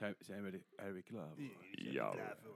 Zijn we er weer klaar voor? Ja.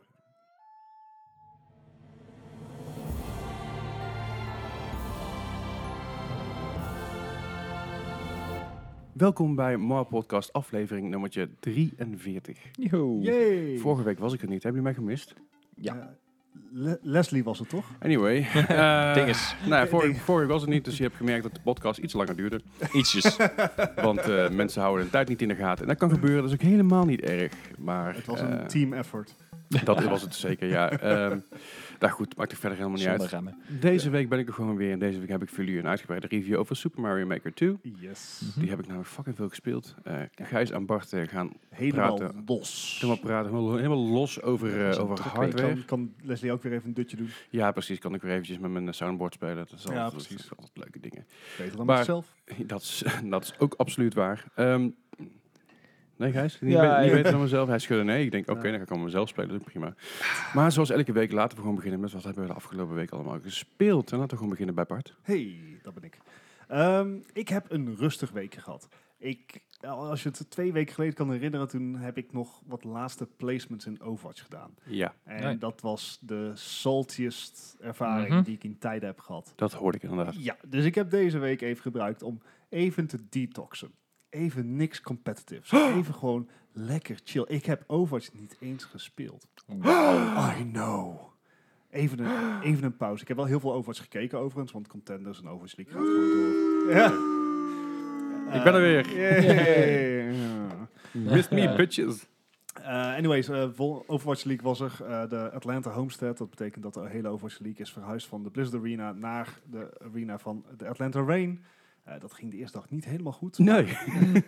Welkom bij Mar Podcast aflevering nummertje 43. Yo. Yay! Vorige week was ik er niet. Hebben jullie mij gemist? Ja. Leslie was het toch? Anyway. Dinges. Nou ja, vorige week was het niet, dus je hebt gemerkt dat de podcast iets langer duurde. Ietsjes. Want mensen houden de tijd niet in de gaten. En dat kan gebeuren, dat is ook helemaal niet erg. Maar Het was een team effort. dat was het zeker, ja. Nou goed, maakt er verder helemaal niet Zonder uit. remmen. Deze week ben ik er gewoon weer. En deze week heb ik voor jullie een uitgebreide review over Super Mario Maker 2. Yes. Die heb ik namelijk fucking veel gespeeld. Gijs en Bart gaan Helemaal praten. los. helemaal los over een druk hardware. Kan Leslie ook weer even een dutje doen? Ja, precies. Kan ik weer eventjes met mijn soundboard spelen. Dat is Ja, altijd, precies. dat is altijd leuke dingen. Beter dan Maar- zelf. Dat is ook absoluut waar. Nee, Gijs? Niet, Ja, niet ik- beter dan mezelf? Hij schudde nee. Ik denk, oké, Ja. dan ga ik gewoon mezelf spelen. Dat is prima. Maar zoals elke week, laten we gewoon beginnen met wat hebben we de afgelopen week allemaal gespeeld. En laten we gewoon beginnen bij Bart. Hey, dat ben ik. Ik heb een rustig weekje gehad. Als je het 2 weken geleden kan herinneren, toen heb ik nog wat laatste placements in Overwatch gedaan. Ja, En Nee. dat was de saltiest ervaring Mhm. die ik in tijden heb gehad. dat hoorde ik inderdaad. Ja, dus ik heb deze week even gebruikt om even te detoxen. Even niks competitives. Even gewoon lekker chill. Ik heb Overwatch niet eens gespeeld. I know. Even een pauze. Ik heb wel heel veel Overwatch gekeken overigens, want Contenders en Overwatch League gaat gewoon door. Ja. Ik ben er weer. Yay. Ja. Missed me, bitches. Anyways, Overwatch League was er. De Atlanta Homestead. Dat betekent dat de hele Overwatch League is verhuisd van de Blizzard Arena naar de arena van de Atlanta Reign. Dat ging de eerste dag niet helemaal goed. Nee.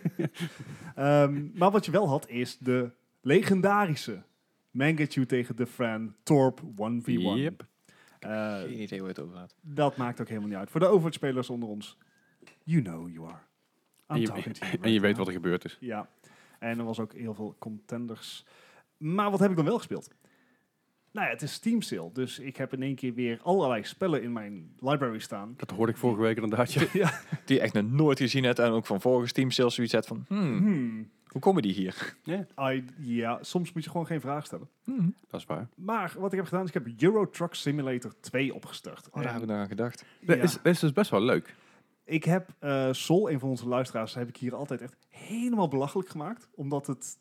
Maar wat je wel had, is de legendarische Mangachu tegen de Fran Torp 1v1. Yep. Geen idee hoe het over gaat. Dat maakt ook helemaal niet uit. Voor de Overwatch-spelers onder ons, you know you are. I'm talking to you En je right weet now. wat er gebeurd is. Ja, en er was ook heel veel contenders. Maar wat heb ik dan wel gespeeld? Nou ja, het is Steam Sale, dus ik heb in één keer weer allerlei spellen in mijn library staan. Dat hoorde ik vorige week inderdaad. Ja. Ja. Die je echt nog nooit gezien hebt en ook van vorige Steam sales zoiets had van, hoe komen die hier? Ja, soms moet je gewoon geen vraag stellen. Dat is waar. Maar wat ik heb gedaan is, ik heb Euro Truck Simulator 2 opgestart. Oh, daar En, heb ik nog aan gedacht. Dat ja, is dus best wel leuk. ik heb Sol, een van onze luisteraars, heb ik hier altijd echt helemaal belachelijk gemaakt. Omdat het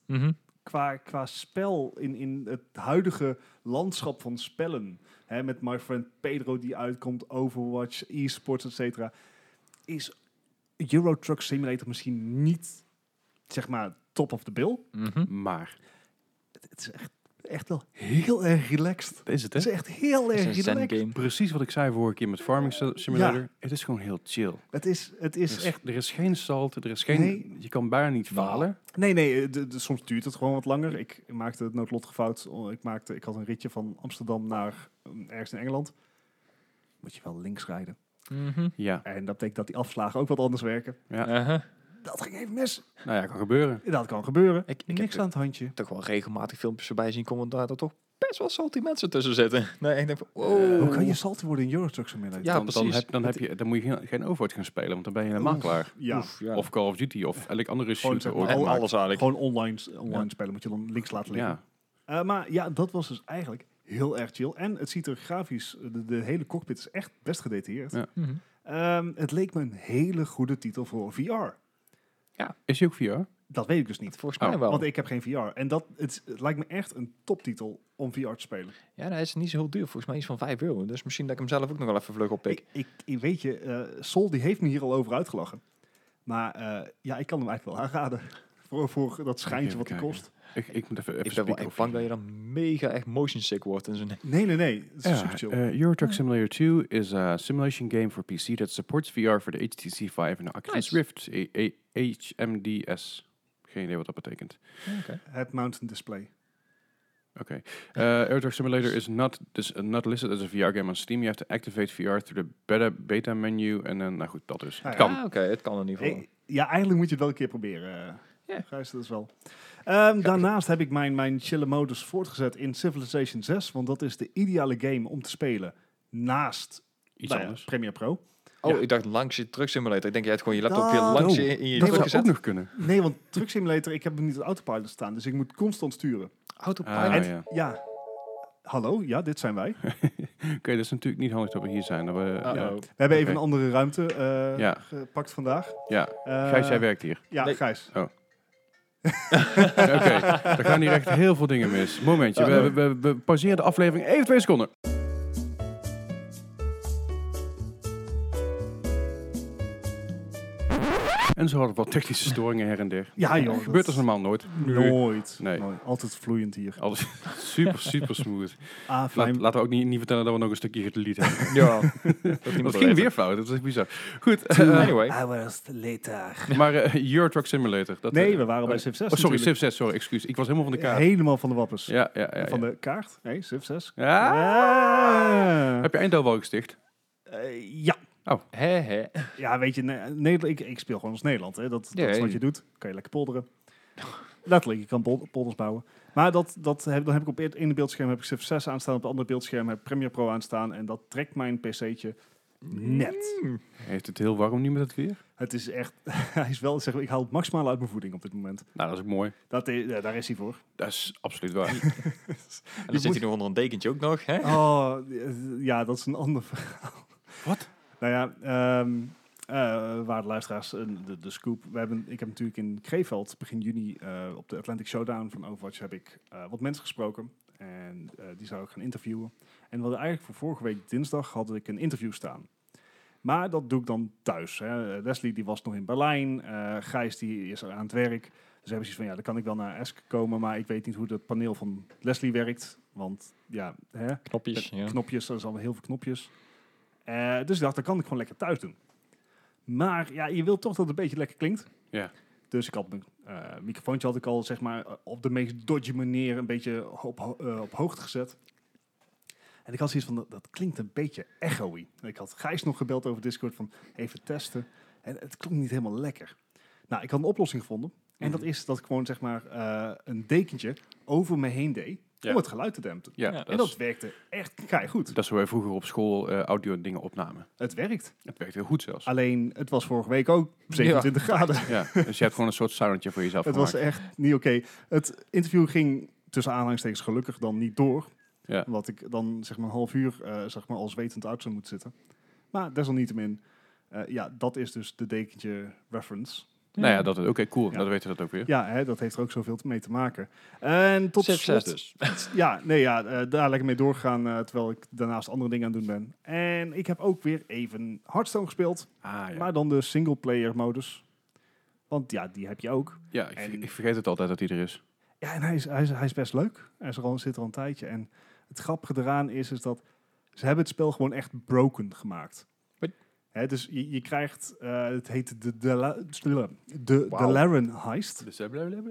qua spel in het huidige landschap van spellen, hè, met My Friend Pedro die uitkomt, Overwatch, eSports, et cetera, is Euro Truck Simulator misschien niet, zeg maar, top of the bill. Maar, Het is echt wel heel erg relaxed. dat is het hè? Het is echt heel Het erg is een zen relaxed. game. Precies wat ik zei vorige keer met Farming Simulator. Het is gewoon heel chill. Het is echt... Er is geen salto, er is geen... Nee. Je kan bijna niet falen. Nee, soms duurt het gewoon wat langer. Ik maakte het noodlottige fout. Ik had een ritje van Amsterdam naar ergens in Engeland. Moet je wel links rijden. Ja. En dat betekent dat die afslagen ook wat anders werken. Uh-huh. Dat ging even mis. Nou ja, kan gebeuren. Dat kan gebeuren. Ik heb Niks aan het handje. toch wel regelmatig filmpjes voorbij zien komen daar toch best wel salty mensen tussen zitten. Nee, ik denk van, wow. Hoe kan je salty worden in Euro Truck Simulator? Ja, precies. Dan moet je geen Overwatch gaan spelen, want dan ben je helemaal Oef. klaar. Ja, Oef, ja. Of Call of Duty, of elk andere Gewoon shooter zeg maar ooit en gemaakt. alles eigenlijk. gewoon online spelen moet je dan links laten liggen. Ja. Maar ja, dat was dus eigenlijk heel erg chill. En het ziet er grafisch, de hele cockpit is echt best gedetailleerd. Ja. Het leek me een hele goede titel voor VR. Is hij ook VR? Dat weet ik dus niet. Volgens mij Oh, wel. Want ik heb geen VR. En het lijkt me echt een toptitel om VR te spelen. Ja, dat is niet zo heel duur. Volgens mij iets van €5. Dus misschien dat ik hem zelf ook nog wel even vlug oppik. Ik weet je, Sol die heeft me hier al over uitgelachen. Maar ja, ik kan hem eigenlijk wel aanraden. Voor dat schijntje Even wat hij kijken. kost. Ik moet even Ik ben wel spieken echt of- bang dat je dan mega echt motion sick wordt. En zo. Nee. Het is Ja, super chill. Euro Truck Simulator 2 is a simulation game for PC that supports VR for the HTC Vive and Oculus Nice. Rift, HMDS. Geen idee wat dat betekent. Het mountain display. Oké. Euro Truck Simulator is not listed as a VR game on Steam. You have to activate VR through the beta menu. En dan, nou goed, dat dus. Ah, Het ja. kan. Oké, het kan in ieder geval. Ja, eigenlijk moet je het wel een keer proberen. Ja. Gijs, dat is wel. Daarnaast heb ik mijn chille modus voortgezet in Civilization 6. Want dat is de ideale game om te spelen naast Iets nou ja, anders. Premiere Pro. Oh, Ja. ik dacht langs je Truck Simulator. Ik denk, jij hebt gewoon je laptop Nou, langs je in je Dat truck zou ook gezet. nog kunnen. Nee, want Truck Simulator, ik heb hem niet op autopilot staan. Dus ik moet constant sturen. Autopilot. Ah, En ja. ja, hallo, ja, dit zijn wij. Oké, dat is natuurlijk niet handig dat we hier zijn. Dat we, ja. Uh-oh. We hebben even Oké. een andere ruimte Ja. gepakt vandaag. Ja. Eh, Gijs, jij werkt hier. Ja, Nee. Gijs. Oké, er gaan hier echt heel veel dingen mis. Momentje, we pauzeren de aflevering even 2 seconden. En zo hadden we wat technische storingen her en der. Ja, joh. Gebeurt als normaal nooit. Nooit. Nee. Nooit. Altijd vloeiend hier. Alles super smooth. Fijn. Laten we ook niet vertellen dat we nog een stukje gedelete hebben. Ja, Dat ging weer fout, dat is echt bizar. Goed, Anyway. Hours later. maar Euro Truck Simulator. Dat, Nee, we waren bij Civ 6 Oh, sorry, natuurlijk. Civ 6, sorry, excuus. Ik was helemaal van de kaart. Helemaal van de wappers. Ja. Van de kaart? Nee, Civ 6. Ja. Heb je Eindhoven al gesticht? Ja. Hè. Ja, weet je, Nederland, ik speel gewoon als Nederland. Hè. Dat is Ja, wat je doet. Kan je lekker polderen. Letterlijk, je kan polders bouwen. Maar dan heb ik op het ene beeldscherm heb ik Civ 6 aanstaan. Op het andere beeldscherm heb ik Premiere Pro aanstaan. En dat trekt mijn pc'tje net. Heeft het heel warm nu met het weer? Het is echt, hij is wel, zeg maar, ik haal het maximale uit mijn voeding op dit moment. Nou, dat is ook mooi. Daar is hij voor. Dat is absoluut waar. En dan zit hij nog onder een dekentje ook nog, hè? Oh, ja, dat is een ander verhaal. Wat? Nou ja, waar de luisteraars de scoop. Ik heb natuurlijk in Krefeld begin juni op de Atlantic Showdown van Overwatch heb ik wat mensen gesproken. En die zou ik gaan interviewen. En we hadden eigenlijk voor vorige week dinsdag had ik een interview staan. Maar dat doe ik dan thuis. Hè. Leslie die was nog in Berlijn. Gijs die is aan het werk. Dus hebben ze van ja, dan kan ik wel naar Esk komen. Maar ik weet niet hoe het paneel van Leslie werkt. Want ja, Knopjes, ja. knopjes, er zijn al heel veel knopjes. Dus ik dacht, dat kan ik gewoon lekker thuis doen. Maar ja, je wilt toch dat het een beetje lekker klinkt. Ja. Dus ik had mijn microfoontje had ik al zeg maar op de meest dodgy manier een beetje op hoogte gezet. En ik had zoiets van, dat klinkt een beetje echoey. Ik had Gijs nog gebeld over Discord van even testen. En het klonk niet helemaal lekker. Nou, ik had een oplossing gevonden. En dat is dat ik gewoon zeg maar een dekentje over me heen deed. Ja. Om het geluid te dempen. Ja, Ja, En dat werkte echt keigoed. dat is hoe wij vroeger op school audio dingen opnamen. Het werkt. Het werkt heel goed zelfs. Alleen, het was vorige week ook 27 graden. Ja, dus je hebt gewoon een soort silentje voor jezelf Het gemaakt. was echt niet oké. Het interview ging tussen aanhalingstekens gelukkig dan niet door. Ja. Omdat ik dan zeg maar een half uur zeg maar als wetend uit zou moeten zitten. Maar desalniettemin, ja, dat is dus de dekentje reference. Nou ja, dat is oké, cool. Ja. Dat weten we dat ook weer. Ja, hè, dat heeft er ook zoveel mee te maken. En tot Civ 6 slot, dus. ja, nee, ja, daar lekker mee doorgaan terwijl ik daarnaast andere dingen aan het doen ben. En ik heb ook weer even Hearthstone gespeeld, Ah, ja. maar dan de singleplayer modus. Want ja, die heb je ook. Ja, ik vergeet het altijd dat hij er is. Ja, en hij is best leuk. Hij zit er al een tijdje. En het grappige eraan is dat ze hebben het spel gewoon echt broken gemaakt. Wat? Hè, dus je krijgt, het heet de Dalaran Heist. Dus,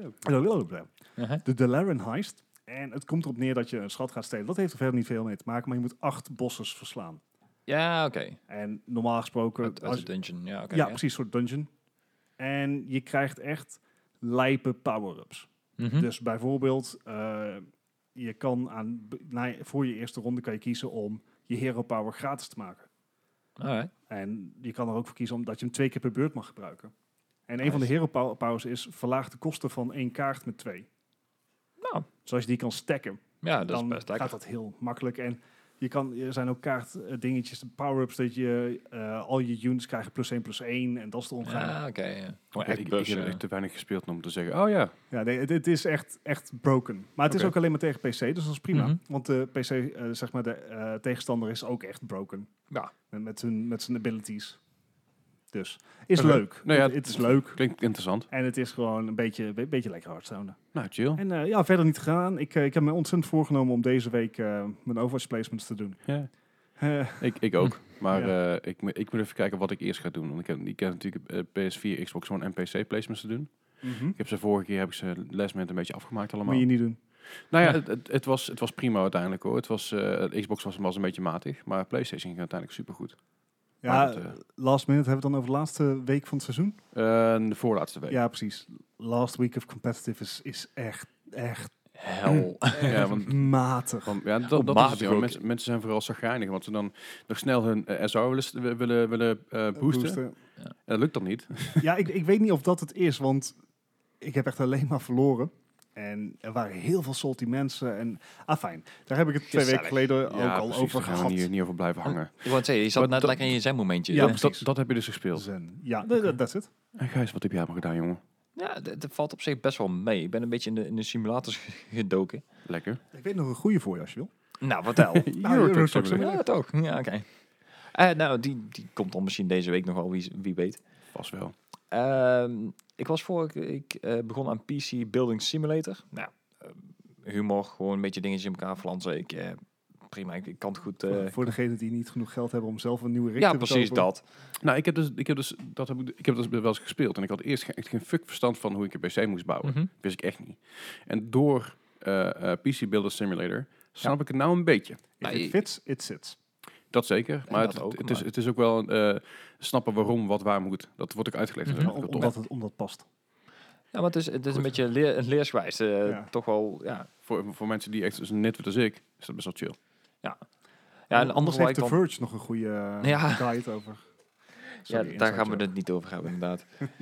De Dalaran Heist. En het komt erop neer dat je een schat gaat stelen. Dat heeft er verder niet veel mee te maken, maar je moet 8 bosses verslaan. Ja, oké. En normaal gesproken... Uit de dungeon, ja, oké. ja, precies, een soort dungeon. En je krijgt echt lijpe power-ups. Mhm. Dus bijvoorbeeld, je kan voor je eerste ronde kan je kiezen om je hero power gratis te maken. Alright. En je kan er ook voor kiezen omdat je hem 2 keer per beurt mag gebruiken. En een Nice. van de hero powers is verlaag de kosten van 1 kaart met 2. Nou, Dus als je die kan stacken, ja, dat is dan best lekker. gaat dat heel makkelijk. En er zijn ook kaartdingetjes, power-ups, dat je al je units krijgen +1/+1 en dat is de omgaan. Ja, oké. Ja. Gewoon ik echt bus. heb echt te weinig gespeeld om te zeggen, oh ja. Ja, nee, het is echt broken. Maar het is Oké. ook alleen maar tegen PC, dus dat is prima. Mhm. Want de PC, zeg maar, de tegenstander is ook echt broken. Ja. Met zijn abilities. Dus, is Oké. leuk. Nou ja, het is leuk. Klinkt interessant. En het is gewoon een beetje lekker Hearthstone. Nou, chill. En ja, verder niet gedaan. Ik heb me ontzettend voorgenomen om deze week mijn Overwatch placements te doen. Ja. Eh, Ik ook. Maar Ja. ik moet even kijken wat ik eerst ga doen. Want ik heb natuurlijk PS4, Xbox One en PC placements te doen. Ik heb ze vorige keer heb ik ze last minute een beetje afgemaakt allemaal. Moet je niet doen. Nou ja, Ja. het was prima uiteindelijk hoor. Het was, Xbox was een beetje matig, maar PlayStation ging uiteindelijk supergoed. Ja, Maar dat, last minute hebben we het dan over de laatste week van het seizoen? De voorlaatste week. Ja, precies. Last week of competitive is echt hel. Ja, want Matig. ja, dat is matig het. Ja. ook. Mensen zijn vooral zagrijnig, want ze dan nog snel hun SR willen boosten. En dat lukt dan niet. Ja, ik weet niet of dat het is, want ik heb echt alleen maar verloren. En er waren heel veel salty mensen. En, fijn. Daar heb ik het 2 weken Gezellig. geleden ook al precies, over daar gaan we gehad. niet over blijven hangen. Ik wou het zeggen, je zat Maar net dat- lekker in je zen-momentje. Ja, hè? precies. Dat heb je dus gespeeld. Zen. Ja, dat is het. En Gijs, wat heb jij allemaal gedaan, jongen? Ja, dat valt op zich best wel mee. Ik ben een beetje in de simulators gedoken. Lekker. Ik weet nog een goede voor je, als je wil. Nou, vertel. Euro Truck Simulator. Simulator. Ja, toch. Ja, oké. Nou, die komt dan misschien deze week nog wel, wie weet. Vast wel. Ik was vorige week begonnen aan PC Building Simulator. Nou, humor, gewoon een beetje dingetjes in elkaar flansen. Prima, ik kan het goed... Voor degenen die niet genoeg geld hebben om zelf een nieuwe rig ja, te precies kopen. dat. Nou, ik heb dus wel eens gespeeld. En ik had eerst echt geen fuck verstand van hoe ik een PC moest bouwen. Mhm. Wist ik echt niet. En door PC Builder Simulator snap ik het nou een beetje. If Nou, it fits, it sits. Dat zeker. Maar dat ook, maar- het is ook wel snappen waarom wat waar moet. Dat wordt ook uitgelegd. Mhm. Dat vind ik wel tof. Omdat het past. Ja, maar het is een Goed. beetje een leerswijs. Ja. Toch wel, ja. Voor mensen die echt zo net weten als ik, is dat best wel chill. Ja, en Anders andere waar heeft ik The dan... Verge nog een goede Ja. guide over. Ja, Sorry, daar inside gaan we joke. het niet over hebben, inderdaad.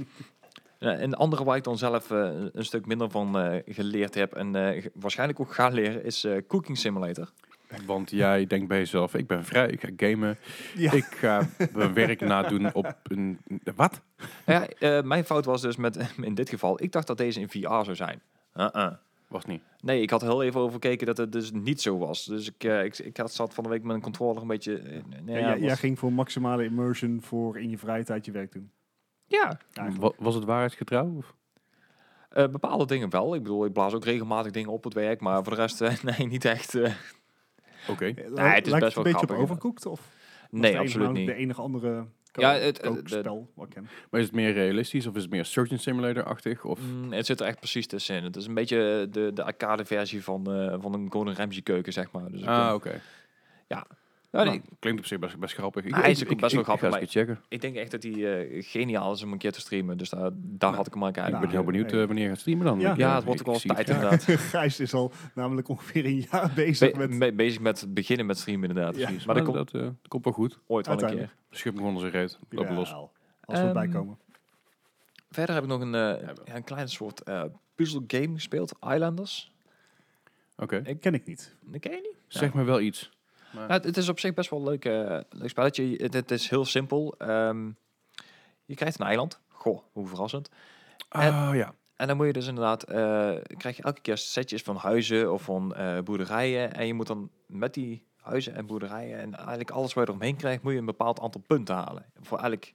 Ja, en de andere waar ik dan zelf een stuk minder van geleerd heb en waarschijnlijk ook ga leren, is Cooking Simulator. Want jij denkt bij jezelf, ik ben vrij, ik ga gamen. Ja. Ik ga mijn werk nadoen op een... Wat? Ja, mijn fout was dus in dit geval, ik dacht dat deze in VR zou zijn. Was niet. Nee, ik had er heel even over gekeken dat het dus niet zo was. Dus ik zat van de week met een controller een beetje... Jij ging voor maximale immersion voor in je vrije tijd je werk doen. Ja, Eigenlijk. Was het waarheidsgetrouw? Of? bepaalde dingen wel. Ik bedoel, ik blaas ook regelmatig dingen op het werk, maar voor de rest, nee, niet echt. Oké. het is Lijkt best het wel een beetje op grappig, Overcooked? Of was Nee, de absoluut enige, niet. De enige andere Ja, het kookspel wat ik ken. Maar is het meer realistisch of is het meer Surgeon Simulator-achtig? Of? Het zit er echt precies tussenin. Het is een beetje de arcade versie van een Gordon Ramsay keuken, zeg maar. Dus Oké. ja, nee, Nou, klinkt op zich best grappig. Hij is ook best wel grappig, Ik ga eens een keer checken. ik denk echt dat hij geniaal is om een keer te streamen. Dus daar had ik hem aan Ik kijken. ben heel benieuwd hey. wanneer je gaat streamen dan. Ja. Ja, het wordt ook wel zie tijd het graag. inderdaad. Gijs is al namelijk ongeveer een jaar bezig met... Bezig met het beginnen met streamen inderdaad. Ja. Maar dat komt dat komt wel goed. ooit wel een keer. Uiteindelijk. Schip me gewoon zijn reet. Loop los. Jawel, als we erbij Ehm, komen. Verder heb ik nog een kleine soort puzzel game gespeeld. Islanders. Oké. Ken ik niet. Dat ken je niet? Zeg me wel iets. Maar... Nou, het is op zich best wel een leuk spelletje. Het is heel simpel. Je krijgt een eiland. Goh, hoe verrassend. ja. En dan moet je dus inderdaad... krijg je elke keer setjes van huizen of van boerderijen. En je moet dan met die huizen en boerderijen... en eigenlijk alles waar je eromheen krijgt... moet je een bepaald aantal punten halen. Voor elk...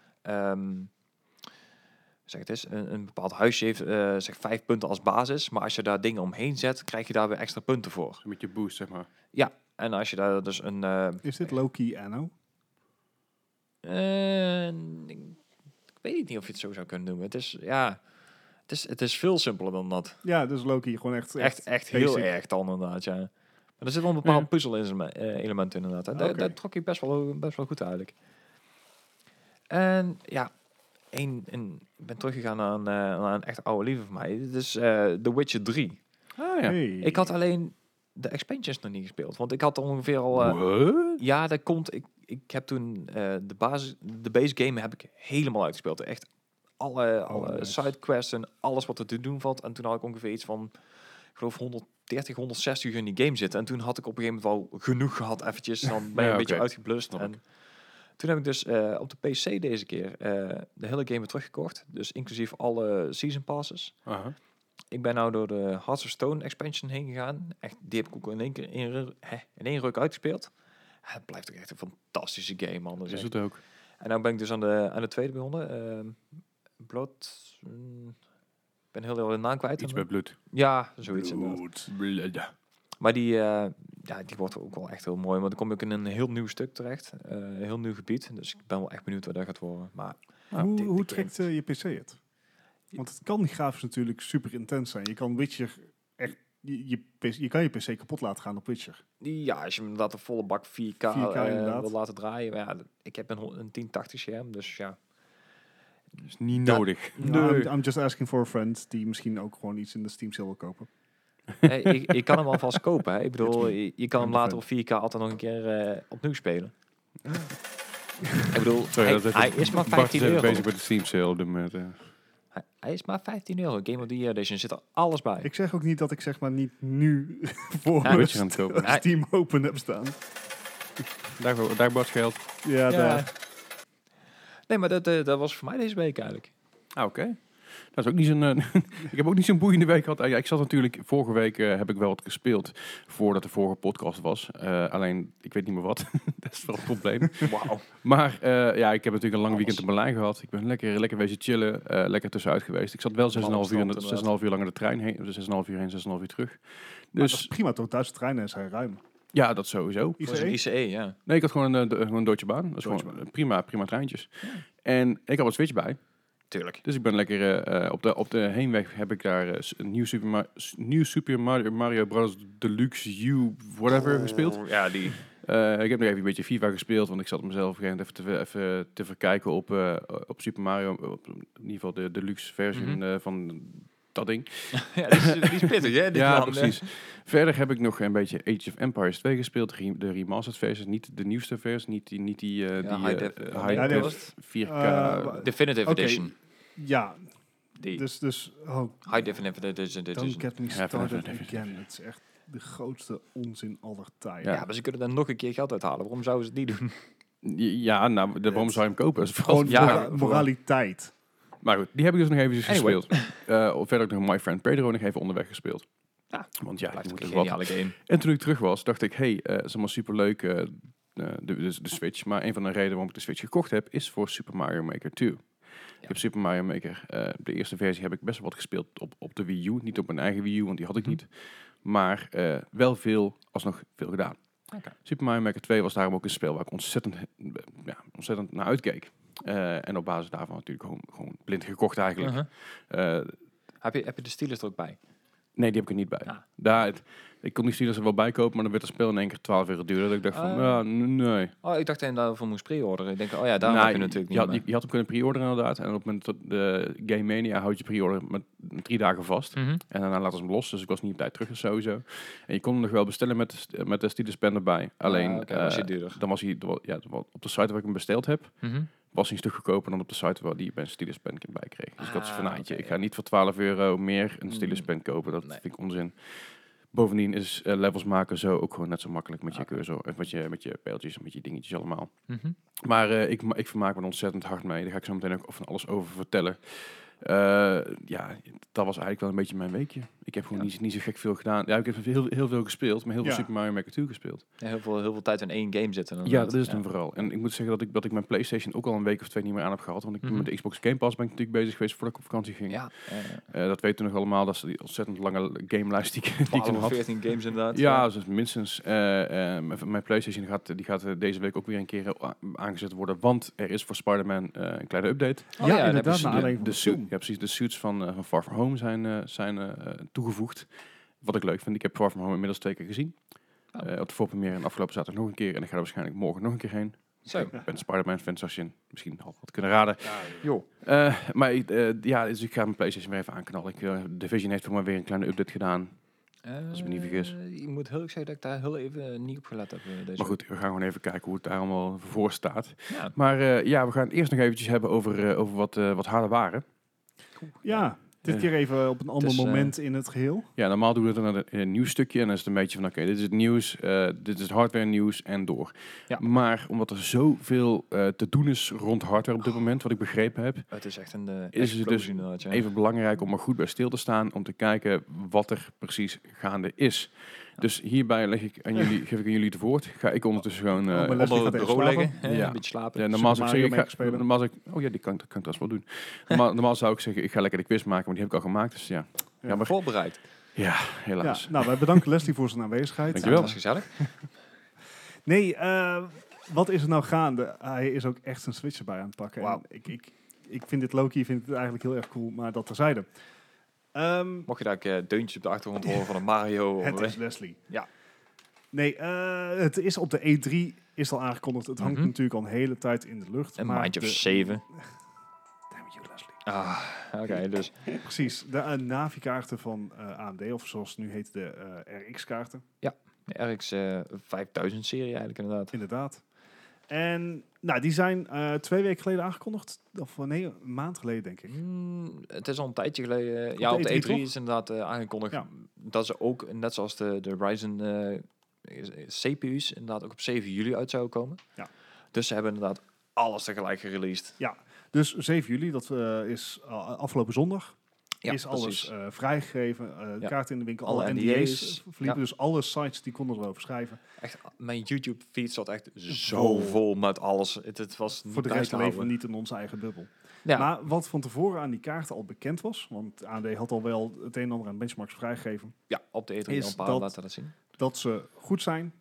zeg het eens, een bepaald huisje heeft zeg 5 punten als basis. Maar als je daar dingen omheen zet... krijg je daar weer extra punten voor. Met je boost, zeg maar. Ja, en als je daar dus een... Is dit Loki Anno? ik weet niet of je het zo zou kunnen noemen. Het is, ja... Het is veel simpeler dan dat. Ja, dus Loki gewoon echt Echt heel basic. erg dan inderdaad, ja. Maar er zit wel een bepaald Ja. puzzel-element inderdaad. En Oké. daar trok ik best wel goed eigenlijk. En ja, ik ben teruggegaan naar een echt oude lieve van mij. Dit is The Witcher 3. Ah ja. Hey. Ik had alleen de expansions nog niet gespeeld. Want ik had ongeveer al... What? ja, dat komt... Ik heb toen de base game heb ik helemaal uitgespeeld. Echt alle nice. sidequests en alles wat er te doen valt. En toen had ik ongeveer iets van, ik geloof 130, 160 uur in die game zitten. En toen had ik op een gegeven moment wel genoeg gehad eventjes. Dan ben je Ja, een beetje oké. uitgeblust. Snap En toen heb ik dus op de PC deze keer de hele game weer teruggekocht. Dus inclusief alle season passes. Aha. Ik ben nou door de Hearts of Stone expansion heen gegaan. Echt, die heb ik ook in één keer in één ruk uitgespeeld. Het blijft ook echt een fantastische game, man. Dat is Is echt- het ook. En nou ben ik dus aan de tweede begonnen. Blood... ik ben heel de naam kwijt. Iets met bloed. Ja, zoiets inderdaad. Bloed. Maar die wordt ook wel echt heel mooi. Want dan kom ik in een heel nieuw stuk terecht. Een heel nieuw gebied. Dus ik ben wel echt benieuwd wat dat gaat worden. Maar Hoe, die- hoe die trekt je PC het? Want het kan grafisch natuurlijk super intens zijn. Je kan Witcher echt... Je kan je PC kapot laten gaan op Witcher. ja, als je hem inderdaad een volle bak 4K, 4K inderdaad. wil laten draaien. Maar ja, ik heb een 1080 scherm. Dus ja. Is niet Dat- nodig. Nee. I'm just asking for a friend die misschien ook gewoon iets in de Steam sale wil kopen. Je kan hem alvast kopen. Hè? Ik bedoel, je kan hem later op 4K altijd nog een keer opnieuw spelen. Ik bedoel, hij is maar Bart is even €15. bezig met de Steam sale op dit moment. Hij is maar €15. Game of the Year Edition zit er alles bij. Ik zeg ook niet dat ik zeg maar niet nu voor Ja, Witcher aan het kopen. Steam open heb staan. Daar Bart geld. Ja, daar. Nee, maar dat was voor mij deze week eigenlijk. Ah, oké. Dat is ook niet zo'n... ik heb ook niet zo'n boeiende week gehad. Ja, ik zat natuurlijk... Vorige week heb ik wel wat gespeeld voordat de vorige podcast was. Alleen, ik weet niet meer wat. Dat is wel het probleem. Wauw. Maar ja, ik heb natuurlijk een lang weekend in Berlijn gehad. Ik ben lekker wezen chillen. Lekker tussenuit geweest. Ik zat wel 6,5 uur lang in de trein heen. Dus 6,5 uur heen, 6,5 uur terug. Dus dat Dus is prima, toch? Duitse treinen zijn ruim. ja, dat sowieso. Voor een ICE? ICE, ja. Nee, ik had gewoon een Deutsche Bahn. Dat is Deutsche gewoon prima treintjes. Ja. En ik had een Switch bij. Tuurlijk. Dus ik ben lekker op de heenweg heb ik daar een nieuw Super Mario Bros. Deluxe U whatever gespeeld. Ja, die. Ik heb nog even een beetje FIFA gespeeld, want ik zat mezelf even te verkijken op Super Mario, op in ieder geval de deluxe versie van dat ding. Ja, die is pittig, hè? Ja, precies. Verder heb ik nog een beetje Age of Empires 2 gespeeld, de remastered versie, niet de nieuwste versie, niet die high def 4K. Definitive Oké. Edition. Ja, Die dus High Definitive Edition. don't get me started Definitive. again. Het is echt de grootste onzin aller tijden. Ja. Ja, maar ze kunnen er nog een keer geld uithalen. Waarom zouden ze het niet doen? Ja, nou, waarom zou je hem kopen? Dat is vooral- Gewoon Ja, moraliteit. Maar goed, die heb ik dus nog even Anyway. gespeeld. Verder ook nog My Friend Pedro nog even onderweg gespeeld. Ja, Want ja, ik Blijft moet een er wat. geniale game. En toen ik terug was, dacht ik, hey, het is allemaal superleuk, de Switch. Maar een van de redenen waarom ik de Switch gekocht heb, is voor Super Mario Maker 2. Ik heb Super Mario Maker, de eerste versie heb ik best wel wat gespeeld op de Wii U. Niet op mijn eigen Wii U, want die had ik niet. Maar wel alsnog veel gedaan. Okay. Super Mario Maker 2 was daarom ook een spel waar ik ontzettend naar uitkeek. En op basis daarvan natuurlijk gewoon blind gekocht eigenlijk. Uh-huh. Heb je de stylus er ook bij? Nee, die heb ik er niet bij. Ja. Ik kon die Steelers er wel bij kopen, maar dan werd het spel in één keer 12 euro duurder. Dat ik dacht van, ja, nee. Oh, ik dacht dat je daarvoor moest pre-orderen. Ik denk, oh ja, daar heb je natuurlijk niet je had hem kunnen pre-orderen inderdaad. En op het moment dat de Game Mania houdt je pre-order met 3 dagen vast. Mhm. En daarna laten ze hem los, dus ik was niet op tijd terug sowieso. En je kon hem nog wel bestellen met de Steelers pen erbij. Alleen, was hij duurder. dan was hij, op de site waar ik hem besteld heb, Mhm. was hij een stuk goedkoper dan op de site waar die bij een Steelers pen bij kreeg. Dus ik had van, oké. ik ga niet voor 12 euro meer een Steelers pen kopen. Dat vind ik onzin. Bovendien is levels maken zo ook gewoon net zo makkelijk met je cursor. Met je pijltjes en met je dingetjes allemaal. Mhm. Maar ik vermaak me er ontzettend hard mee. Daar ga ik zo meteen ook van alles over vertellen. Ja, dat was eigenlijk wel een beetje mijn weekje. Ik heb gewoon niet zo gek veel gedaan. Ja, ik heb heel veel gespeeld, maar heel veel Super Mario Maker 2 gespeeld. Ja, heel veel tijd in één game zitten. Ja, dat is het dan vooral. En ik moet zeggen dat ik mijn PlayStation ook al een week of 2 niet meer aan heb gehad. Want met de Xbox Game Pass ben ik natuurlijk bezig geweest voordat ik op vakantie ging. Ja. Dat weten we nog allemaal. Dat is die ontzettend lange gamelijst die ik toen had. 14 games inderdaad. Ja, dus minstens. Mijn PlayStation gaat deze week ook weer een keer aangezet worden. Want er is voor Spider-Man een kleine update. Ja, inderdaad, naar aanleiding van De de film. ja, precies. De suits van Far From Home zijn toegevoegd. Wat ik leuk vind. Ik heb Far From Home inmiddels 2 keer gezien. Op de voorpremière en afgelopen zaterdag nog een keer. En ik ga er waarschijnlijk morgen nog een keer heen. Zo. Ik ben Spider-Man fan, zoals je misschien al had kunnen raden. Joh. Dus ik ga mijn PlayStation weer even aanknallen. Division heeft voor mij weer een kleine update gedaan. Als ik me niet vergis. Je moet heel erg zeggen dat ik daar heel even niet op gelet heb. Maar goed, we gaan gewoon even kijken hoe het daar allemaal voor staat. Ja. Maar we gaan het eerst nog eventjes hebben over wat harde waren. Ja, dit keer even op een ander Dus, moment in het geheel. Ja, normaal doen we het dan in een nieuwsstukje. En dan is het een beetje van, oké, dit is het nieuws, dit is het hardware nieuws en door. Ja. Maar omdat er zoveel te doen is rond hardware op dit moment, wat ik begrepen heb, Het is echt een is het dus inderdaad, ja. even belangrijk om er goed bij stil te staan, om te kijken wat er precies gaande is. Dus hierbij geef ik aan jullie het woord. Ga ik ondertussen gewoon... mijn les- Onder gaat het even bureau slapen. leggen, Ja. een beetje slapen. Ja, normaal zou ik Mario zeggen, Maker spelen. normaal zou ik, oh ja, die kan ik dat wel doen. Normaal zou ik zeggen, ik ga lekker de quiz maken, maar die heb ik al gemaakt. Dus ja, Maar voorbereid. ja Ja, helaas. nou, wij bedanken Leslie voor zijn aanwezigheid. Dankjewel. Dat was gezellig. Nee, wat is er nou gaande? Hij is ook echt zijn Switch erbij aan het pakken. Wauw. En ik vind dit Loki vind het eigenlijk heel erg cool, maar dat terzijde. Mocht je daar deuntjes op de achtergrond horen van een Mario. Het of, is Leslie. Ja. Nee, het is op de E3 is al aangekondigd. Het hangt Mhm. natuurlijk al een hele tijd in de lucht. een maar maandje of de- 7. Damn you, Leslie. Oké, dus... Precies, de Navi-kaarten van AMD, of zoals het nu heet, de RX-kaarten. De RX 5000-serie eigenlijk inderdaad. Inderdaad. En nou, die zijn 2 weken geleden aangekondigd. Of nee, een maand geleden, denk ik. Het is al een tijdje geleden. Op Ja, de op de E3 E3 toch? is inderdaad aangekondigd Ja. dat ze ook, net zoals de Ryzen CPU's, inderdaad ook op 7 juli uit zouden komen. Ja. Dus ze hebben inderdaad alles tegelijk gereleased. Dus 7 juli, dat is afgelopen zondag, Ja, is alles precies. vrijgegeven. Ja. Kaarten in de winkel, Alle alle NDA's. NDA's verliepen. Ja. Dus alle sites die konden erover schrijven. Echt, mijn YouTube feed zat echt zo vol met alles. Het was niet Voor de bij rest te leven we houden. niet in onze eigen bubbel. Ja. Maar wat van tevoren aan die kaarten al bekend was, want AMD had al wel het een en ander aan benchmarks vrijgegeven, Ja, op de E3 Is al een paar dat- laten dat zien. dat ze goed zijn.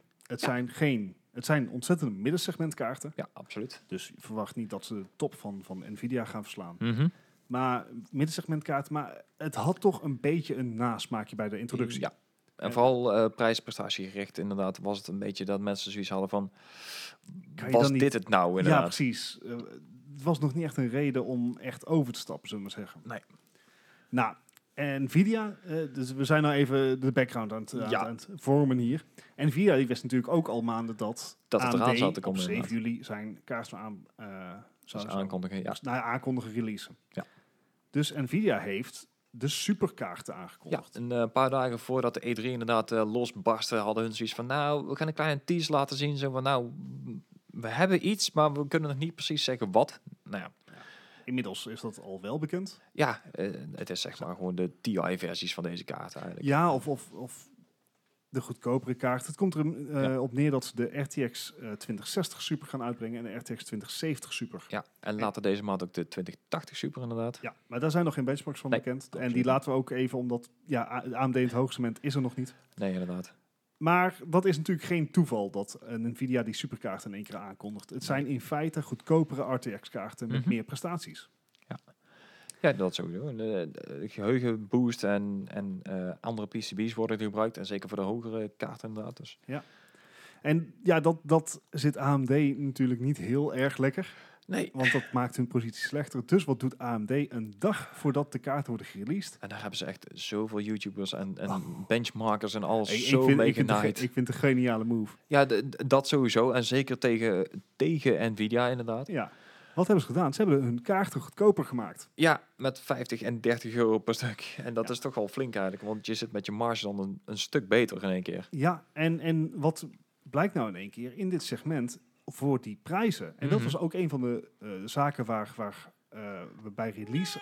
Het zijn ontzettende middensegmentkaarten. Ja, absoluut. Dus je verwacht niet dat ze de top van Nvidia gaan verslaan. Mhm. Maar middensegmentkaarten, maar het had toch een beetje een nasmaakje bij de introductie. Ja. En vooral prijs-prestatiegericht inderdaad was het een beetje dat mensen zoiets hadden van... Kan je Was dan niet- dit het nou Ja, inderdaad? precies. Het was nog niet echt een reden om echt over te stappen, zullen we maar zeggen. Nee. Nou, Nvidia, dus we zijn nou even de background aan het vormen hier. Nvidia die wist natuurlijk ook al maanden dat Dat het AMD eraan zat te op komen, 7 inderdaad. juli zijn kaart zou Aankondigen, ja. aankondigen, releasen. Ja. Dus Nvidia heeft de superkaarten Ja, aangekondigd. een paar dagen voordat de E3 inderdaad losbarstte, hadden hun zoiets van, nou, we gaan een kleine tease laten zien. Zo van, nou, we hebben iets, maar we kunnen nog niet precies zeggen wat. Nou ja, Inmiddels is dat al wel bekend. het is zeg maar gewoon de TI-versies van deze kaart eigenlijk. Ja, of de goedkopere kaart. Het komt er op neer dat ze de RTX 2060 Super gaan uitbrengen en de RTX 2070 Super. Ja, en later deze maand ook de 2080 Super inderdaad. Ja, maar daar zijn nog geen benchmarks van Nee, bekend. En absoluut die laten we ook even, omdat AMD in het hoogste moment is er nog niet. Nee, inderdaad. Maar dat is natuurlijk geen toeval dat een Nvidia die superkaart in één keer aankondigt. Het zijn in feite goedkopere RTX-kaarten met Mhm. meer prestaties. Ja, dat sowieso. De geheugenboost en andere PCB's worden gebruikt. En zeker voor de hogere kaarten inderdaad. Dus. En ja, dat zit AMD natuurlijk niet heel erg lekker. Nee. Want dat maakt hun positie slechter. Dus wat doet AMD een dag voordat de kaarten worden gereleased? En daar hebben ze echt zoveel YouTubers en Oh. benchmarkers en alles Ik zo mee genaaid. vind het een geniale move. Ja, dat sowieso. En zeker tegen Nvidia inderdaad. Ja. Wat hebben ze gedaan? Ze hebben hun kaarten goedkoper gemaakt. Ja, met 50 en 30 euro per stuk. En dat Ja. is toch wel flink eigenlijk. Want je zit met je marge dan een stuk beter in één keer. Ja, en wat blijkt nou in één keer in dit segment voor die prijzen? En dat Mhm. was ook een van de zaken waar we bij release...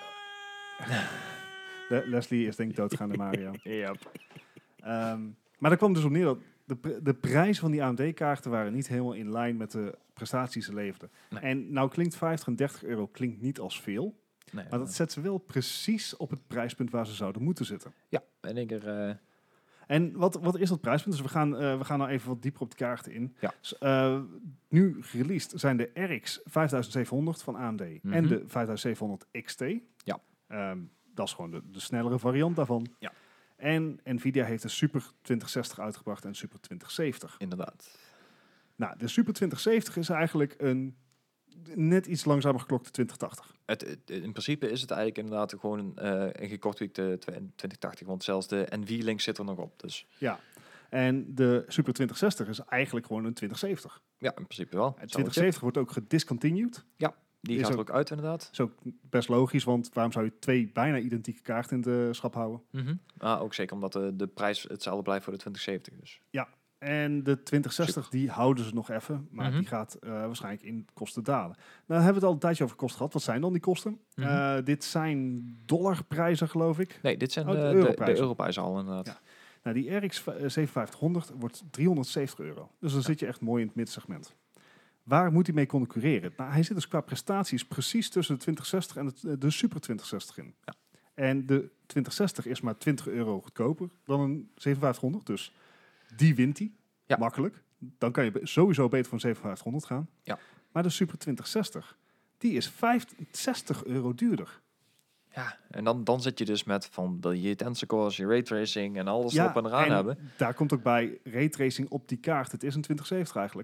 Leslie is denk ik doodgaande, Mario. Ja. Maar daar kwam dus op neer dat de prijzen van die AMD-kaarten waren niet helemaal in lijn met de prestaties die ze leverden. Nee. En nou klinkt 50 en 30 euro klinkt niet als veel, Nee, maar dat zet ze wel precies op het prijspunt waar ze zouden moeten zitten. ja, in één keer... En wat is dat prijspunt? Dus we gaan nou even wat dieper op de kaarten in. Ja. Nu gereleased zijn de RX 5700 van AMD Mhm. en de 5700 XT. Ja. Dat is gewoon de snellere variant daarvan. Ja. En Nvidia heeft de Super 2060 uitgebracht en Super 2070. Inderdaad. Nou, de Super 2070 is eigenlijk een net iets langzamer geklokte 2080. In principe is het eigenlijk inderdaad gewoon een gekortwiekte 2080. Want zelfs de NV-link zit er nog op. Dus Ja. En de Super 2060 is eigenlijk gewoon een 2070. ja, in principe wel. En 2070 wordt ook gediscontinued. Die is gaat er ook- ook uit inderdaad. Dat is ook best logisch, want waarom zou je 2 bijna identieke kaarten in de schap houden? Ook zeker omdat de prijs hetzelfde blijft voor de 2070. Dus. En de 2060 die houden ze nog even, maar Mhm. die gaat waarschijnlijk in kosten dalen. Nou hebben we het al een tijdje over kosten gehad. Wat zijn dan die kosten? Mhm. Dit zijn dollarprijzen, geloof ik. Nee, dit zijn Oh, de de europrijzen. europrijzen al inderdaad. Ja. Nou, die RX 5700 wordt 370 euro. Dus dan zit je echt mooi in het middensegment. Waar moet hij mee concurreren? Nou, hij zit dus qua prestaties precies tussen de 2060 en de Super 2060 in. Ja. En de 2060 is maar 20 euro goedkoper dan een 5700. Dus die wint hij. Ja. Makkelijk. Dan kan je sowieso beter voor een 5700 gaan. Ja. Maar de Super 2060, die is 60 euro duurder. Ja, en dan zit je dus met van je tensor cores, je raytracing en alles Ja, erop en eraan en hebben. daar komt ook bij raytracing op die kaart. Het is een 2070 eigenlijk.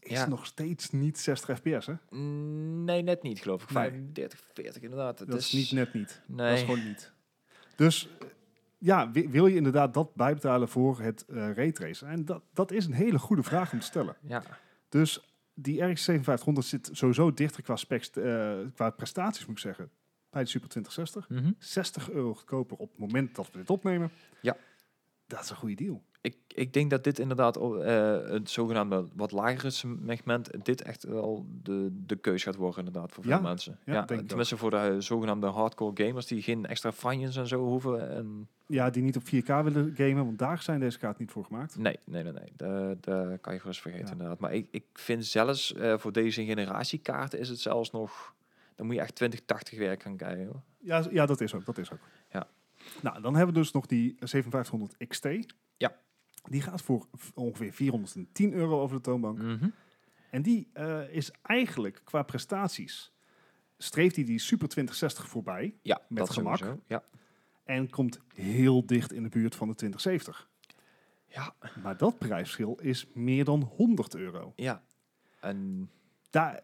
is nog steeds niet 60 fps, hè? Nee, net niet, geloof ik. Nee. 35, 40 inderdaad. Dat is niet net niet. Nee. Dat is gewoon niet. Dus ja, wil je inderdaad dat bijbetalen voor het raytracen? En dat is een hele goede vraag om te stellen. Ja. Dus die RX 7500 zit sowieso dichter qua specs, qua prestaties moet ik zeggen, bij de Super 2060. Mhm. €60 goedkoper op het moment dat we dit opnemen. Ja. Dat is een goede deal. Ik denk dat dit inderdaad het zogenaamde wat lagere segment, dit echt wel de keus gaat worden inderdaad voor veel Ja, mensen. ja, Ja, denk ik tenminste voor de zogenaamde hardcore gamers die geen extra fines en zo hoeven. En Ja, die niet op 4K willen gamen, want daar zijn deze kaarten niet voor gemaakt. nee. Daar kan je gerust vergeten Ja. inderdaad. Maar ik vind zelfs voor deze generatie kaarten is het zelfs nog, dan moet je echt 2080 werk gaan kijken. Hoor. Ja, dat is ook. Ja. Nou, dan hebben we dus nog die 7500 XT. Ja. Die gaat voor ongeveer €410 over de toonbank. Mhm. En die is eigenlijk qua prestaties, streeft die Super 2060 voorbij. Ja, Met dat gemak. sowieso. Ja. En komt heel dicht in de buurt van de 2070. Ja. Maar dat prijsverschil is meer dan €100. Ja. En Daar,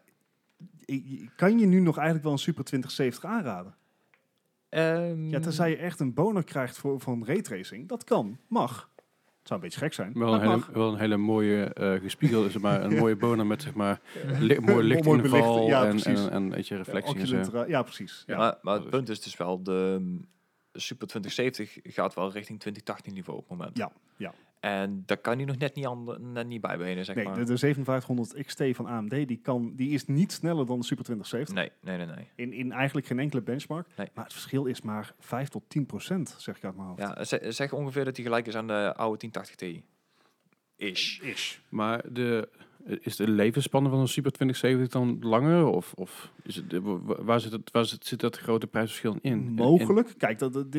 kan je nu nog eigenlijk wel een Super 2070 aanraden? Ja, tenzij je echt een boner krijgt van raytracing. Dat kan, mag. Het zou een beetje gek zijn. Wel een hele mooie gespiegelde, zeg maar, een mooie bonen met zeg maar mooi Mooi lichtinval belicht, ja, en precies. een beetje reflectie en zo. Oculent, ja, precies. Ja. Maar het punt is dus wel, de Super 2070 gaat wel richting 2080 niveau op het moment. Ja, ja. En daar kan hij nog net niet bij benen, zeg Nee, maar. de 7500 XT van AMD, die is niet sneller dan de Super 2070. Nee. In eigenlijk geen enkele benchmark. Nee. Maar het verschil is maar 5 tot 10%, zeg ik uit mijn hoofd. Ja, zeg ongeveer dat hij gelijk is aan de oude 1080 Ti. Ish. Maar is de levensspanne van een Super 2070 dan langer? Of is het, waar zit dat grote prijsverschil in? Mogelijk. Kijk,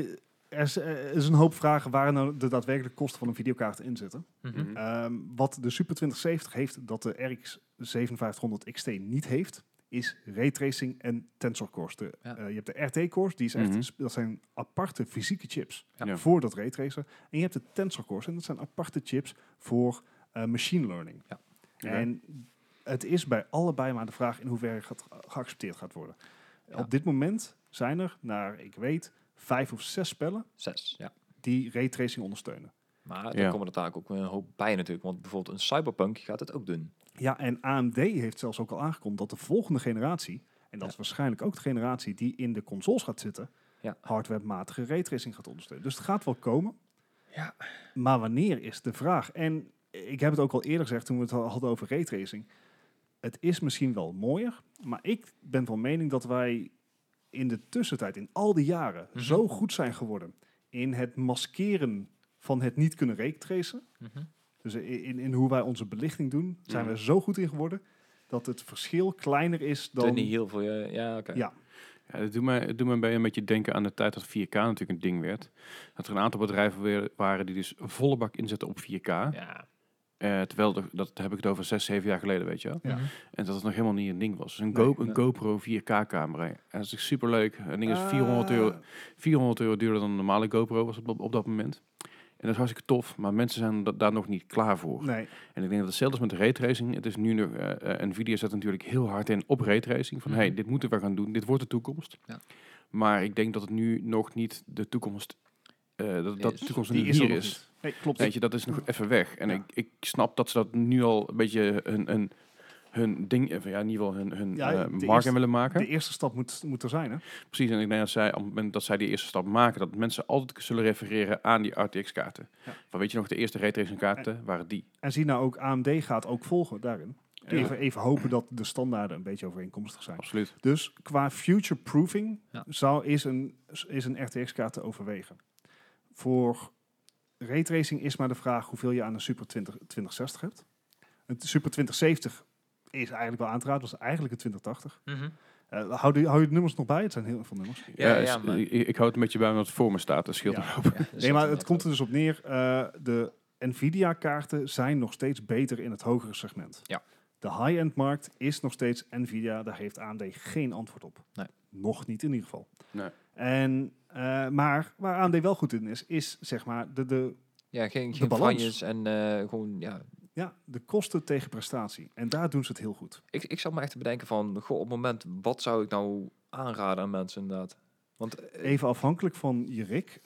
er is een hoop vragen waar nou de daadwerkelijke kosten van een videokaart in zitten. Mhm. Wat de Super 2070 heeft, dat de RX 7500 XT niet heeft, is raytracing en tensor cores. Ja. Je hebt de RT cores, die is echt, Mhm. dat zijn aparte fysieke chips Ja. voor dat raytracen. En je hebt de tensor cores, en dat zijn aparte chips voor machine learning. Ja. En het is bij allebei maar de vraag in hoeverre geaccepteerd gaat worden. Ja. Op dit moment zijn er, naar ik weet, 5 of 6 spellen 6, ja. die raytracing ondersteunen. Maar dan Ja. komen er daar ook weer een hoop bij natuurlijk. Want bijvoorbeeld een Cyberpunk gaat het ook doen. Ja, en AMD heeft zelfs ook al aangekondigd dat de volgende generatie, en dat Ja. is waarschijnlijk ook de generatie die in de consoles gaat zitten, Ja. hardwarematige raytracing gaat ondersteunen. Dus het gaat wel komen. Ja. Maar wanneer is de vraag? En ik heb het ook al eerder gezegd toen we het hadden over raytracing. Het is misschien wel mooier, maar ik ben van mening dat wij in de tussentijd, in al die jaren, Mhm. zo goed zijn geworden in het maskeren van het niet kunnen raytracen. Dus in hoe wij onze belichting doen, zijn we zo goed in geworden dat het verschil kleiner is Dan dan... niet heel veel. Ja, oké. Ja. Ja, het doet me een beetje denken aan de tijd dat 4K natuurlijk een ding werd. Dat er een aantal bedrijven waren die dus volle bak inzetten op 4K. Ja. Terwijl, dat heb ik het over 6, 7 jaar geleden, weet je wel. Ja. Mhm. En dat het nog helemaal niet een ding was. Dus Nee, een GoPro 4K-camera. En dat is super leuk. Een ding is €400. €400 duurder dan een normale GoPro was op dat moment. En dat is hartstikke tof, maar mensen zijn daar nog niet klaar voor. Nee, En ik denk dat hetzelfde is met de raytracing. Het is nu nog, Nvidia zet natuurlijk heel hard in op raytracing. Van, Mhm. hey, dit moeten we gaan doen. Dit wordt de toekomst. Ja. Maar ik denk dat het nu nog niet de toekomst... dat de Is. toekomst die nu is er hier nog is. niet. Nee, klopt. Weet je, dat is nog even weg. En Ja. ik snap dat ze dat nu al een beetje hun ding, in ieder geval hun Ja, de markt eerste- in willen maken. De eerste stap moet er zijn, hè? Precies, en ik denk dat zij, op het moment dat zij die eerste stap maken, dat mensen altijd zullen refereren aan die RTX-kaarten. Ja. Van, weet je nog, de eerste raytracing-kaarten waren die. En zie nou ook, AMD gaat ook volgen daarin. Ja. Even hopen dat de standaarden een beetje overeenkomstig zijn. Absoluut. Dus qua future-proofing Ja. is een RTX-kaart te overwegen. Voor raytracing is maar de vraag hoeveel je aan een Super 2060 hebt. Een Super 2070 is eigenlijk wel aan te raden, was eigenlijk een 2080. Hou je de nummers nog bij? Het zijn heel veel nummers. Ja, maar- ik hou het een beetje bij omdat het voor me staat. Dat scheelt Ja. een hoop. Nee, maar het komt er dus op neer. De Nvidia-kaarten zijn nog steeds beter in het hogere segment. Ja. De high-end markt is nog steeds Nvidia. Daar heeft AMD geen antwoord op. Nee. Nog niet in ieder geval. Nee. En, maar waar AMD wel goed in is zeg maar Ja, geen balans. franjes en gewoon, ja, Ja, de kosten tegen prestatie. En daar doen ze het heel goed. Ik zou me echt bedenken van, goh, op het moment, wat zou ik nou aanraden aan mensen inderdaad? Want Even afhankelijk van je rig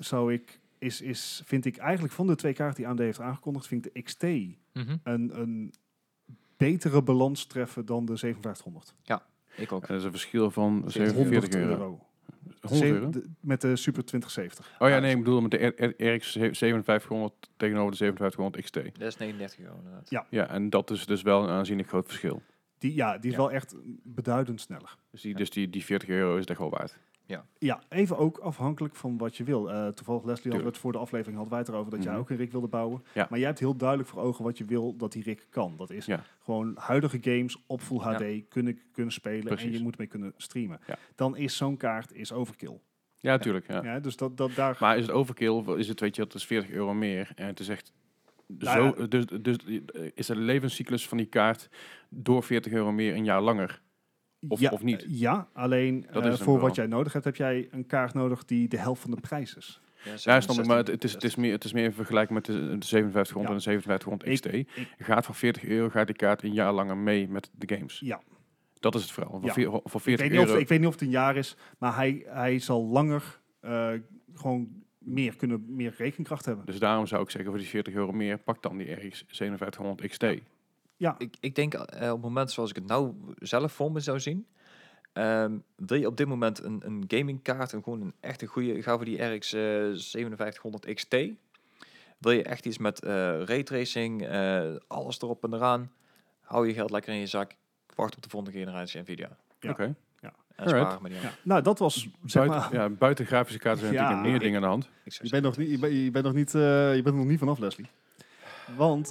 vind ik eigenlijk van de 2 kaarten die AMD heeft aangekondigd, vind ik de XT een betere balans treffen dan de 5700. ik ook. En dat is een verschil van 100 47 euro. 100 euro? Met de Super 2070. Oh ja, nee, ik bedoel met de RX 5700 tegenover de 5700 XT. Dat is 39 euro inderdaad. Ja. En dat is dus wel een aanzienlijk groot verschil. Die is wel echt beduidend sneller. Dus die 40 euro is het echt wel waard. Ja, even ook afhankelijk van wat je wil. Toevallig, Leslie, hadden we Tuurlijk. het voor de aflevering hadden wij het erover dat jij Mhm. ook een rig wilde bouwen. Ja. Maar jij hebt heel duidelijk voor ogen wat je wil dat die rig kan. Dat is gewoon huidige games op Full HD kunnen spelen Precies. en je moet mee kunnen streamen. Ja. Dan is zo'n kaart overkill. Ja, natuurlijk. Ja. Ja, dus daar... Maar is het overkill of is het, weet je, dat is 40 euro meer. En het is echt Nou zo... Dus is de levenscyclus van die kaart door 40 euro meer een jaar langer? Of niet? Ja, alleen Dat is hem voor wel. wat jij nodig hebt, heb jij een kaart nodig die de helft van de prijs is. Ja, snap ik, maar het is meer in vergelijking met de 5700 en de 5700 XT. Je gaat voor 40 euro gaat die kaart een jaar langer mee met de games. Ja. Dat is het verhaal. Ja. Voor Ik 40 weet, euro... ik weet niet of het een jaar is, maar hij zal langer gewoon meer rekenkracht hebben. Dus daarom zou ik zeggen, voor die 40 euro meer, pak dan die RX 5700 XT. Ja, Ik denk op het moment zoals ik het nou zelf voor me zou zien, wil je op dit moment een gamingkaart, gewoon een echte goede, ga voor die RX 5700 XT. Wil je echt iets met raytracing, alles erop en eraan, hou je geld lekker in je zak, wacht op de volgende generatie Nvidia. Ja. Oké. En Alright. spaar met die aan. nou dat was zeg maar... Buiten grafische kaarten zijn Ja, natuurlijk meer dingen aan de hand. Ik zou Je bent nog niet, je bent er nog niet vanaf, Leslie. Want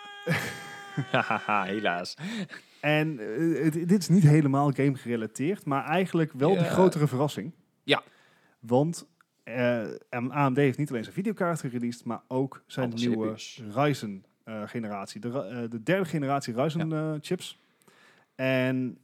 Haha, helaas. En dit is niet helemaal game gerelateerd, maar eigenlijk wel die Ja. grotere verrassing. Ja. Want AMD heeft niet alleen zijn videokaart gereleased, maar ook zijn Alle nieuwe CPU's. Ryzen generatie. De derde generatie Ryzen chips. En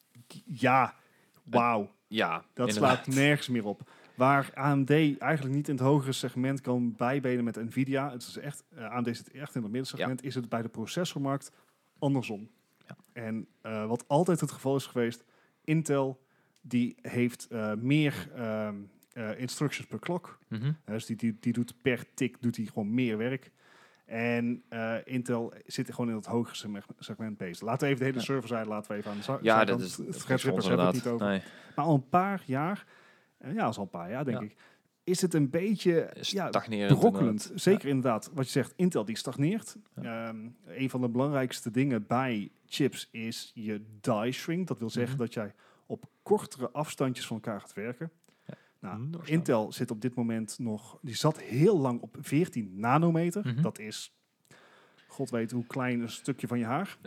ja, wauw. Ja, Dat inderdaad. slaat nergens meer op. Waar AMD eigenlijk niet in het hogere segment kan bijbenen met Nvidia. Het is echt, AMD zit echt in het middensegment. Is het bij de processormarkt andersom. Ja. En wat altijd het geval is geweest. Intel die heeft meer instructions per klok. Mhm. Dus die doet per tik doet die gewoon meer werk. En Intel zit gewoon in het hogere segment bezig. Laten we even de hele server zijn, laten we even aan de Ja, zijkant. dat is Het niks Fred voor ons Rippers hebben we het niet inderdaad. over. Nee, Maar al een paar jaar, dat is al een paar jaar denk Ja. ik, is het een beetje stagnerend. brokkelend. inderdaad. Zeker inderdaad, wat je zegt, Intel die stagneert. Ja. Een van de belangrijkste dingen bij chips is je die shrink. Dat wil zeggen Mhm. dat jij op kortere afstandjes van elkaar gaat werken. Ja. Nou, Nog sneller. Intel zit op dit moment nog, die zat heel lang op 14 nanometer. Mhm. Dat is, god weet hoe klein een stukje van je haar.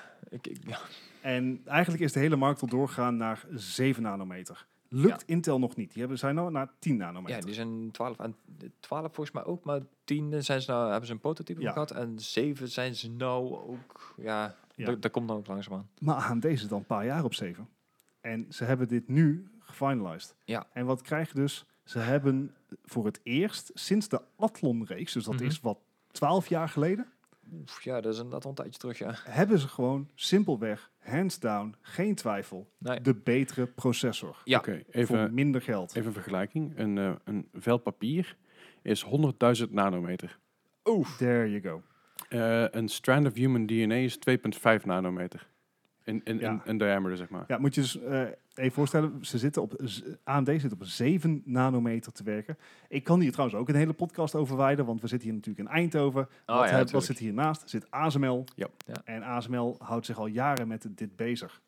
Ja. En eigenlijk is de hele markt al doorgegaan naar 7 nanometer. Lukt Intel nog niet. Zijn nou naar 10 nanometer. Ja, die zijn 12 en 12 volgens mij ook, maar 10 zijn ze nou, hebben ze een prototype Ja. gehad en 7 zijn ze nou ook, ja, Ja. dat komt nou ook langzaamaan. Maar AMD zit al een paar jaar op 7. En ze hebben dit nu gefinalized. Ja. En wat krijg je dus? Ze hebben voor het eerst sinds de Athlon-reeks, dus dat Mhm. is wat 12 jaar geleden, Oef, ja, dat is inderdaad al een tijdje terug, ja. hebben ze gewoon simpelweg, hands down, geen twijfel, Nee. de betere processor. Ja. Oké, Voor even minder geld. een vergelijking. Een vel papier is 100.000 nanometer. There you go. Een strand of human DNA is 2,5 nanometer. Ja. In diameter, zeg maar. Ja, moet je dus even voorstellen, AMD zit op 7 nanometer te werken. Ik kan hier trouwens ook een hele podcast over wijden, want we zitten hier natuurlijk in Eindhoven. Wat natuurlijk. zit hiernaast? Zit ASML. Ja. Ja. En ASML houdt zich al jaren met dit bezig.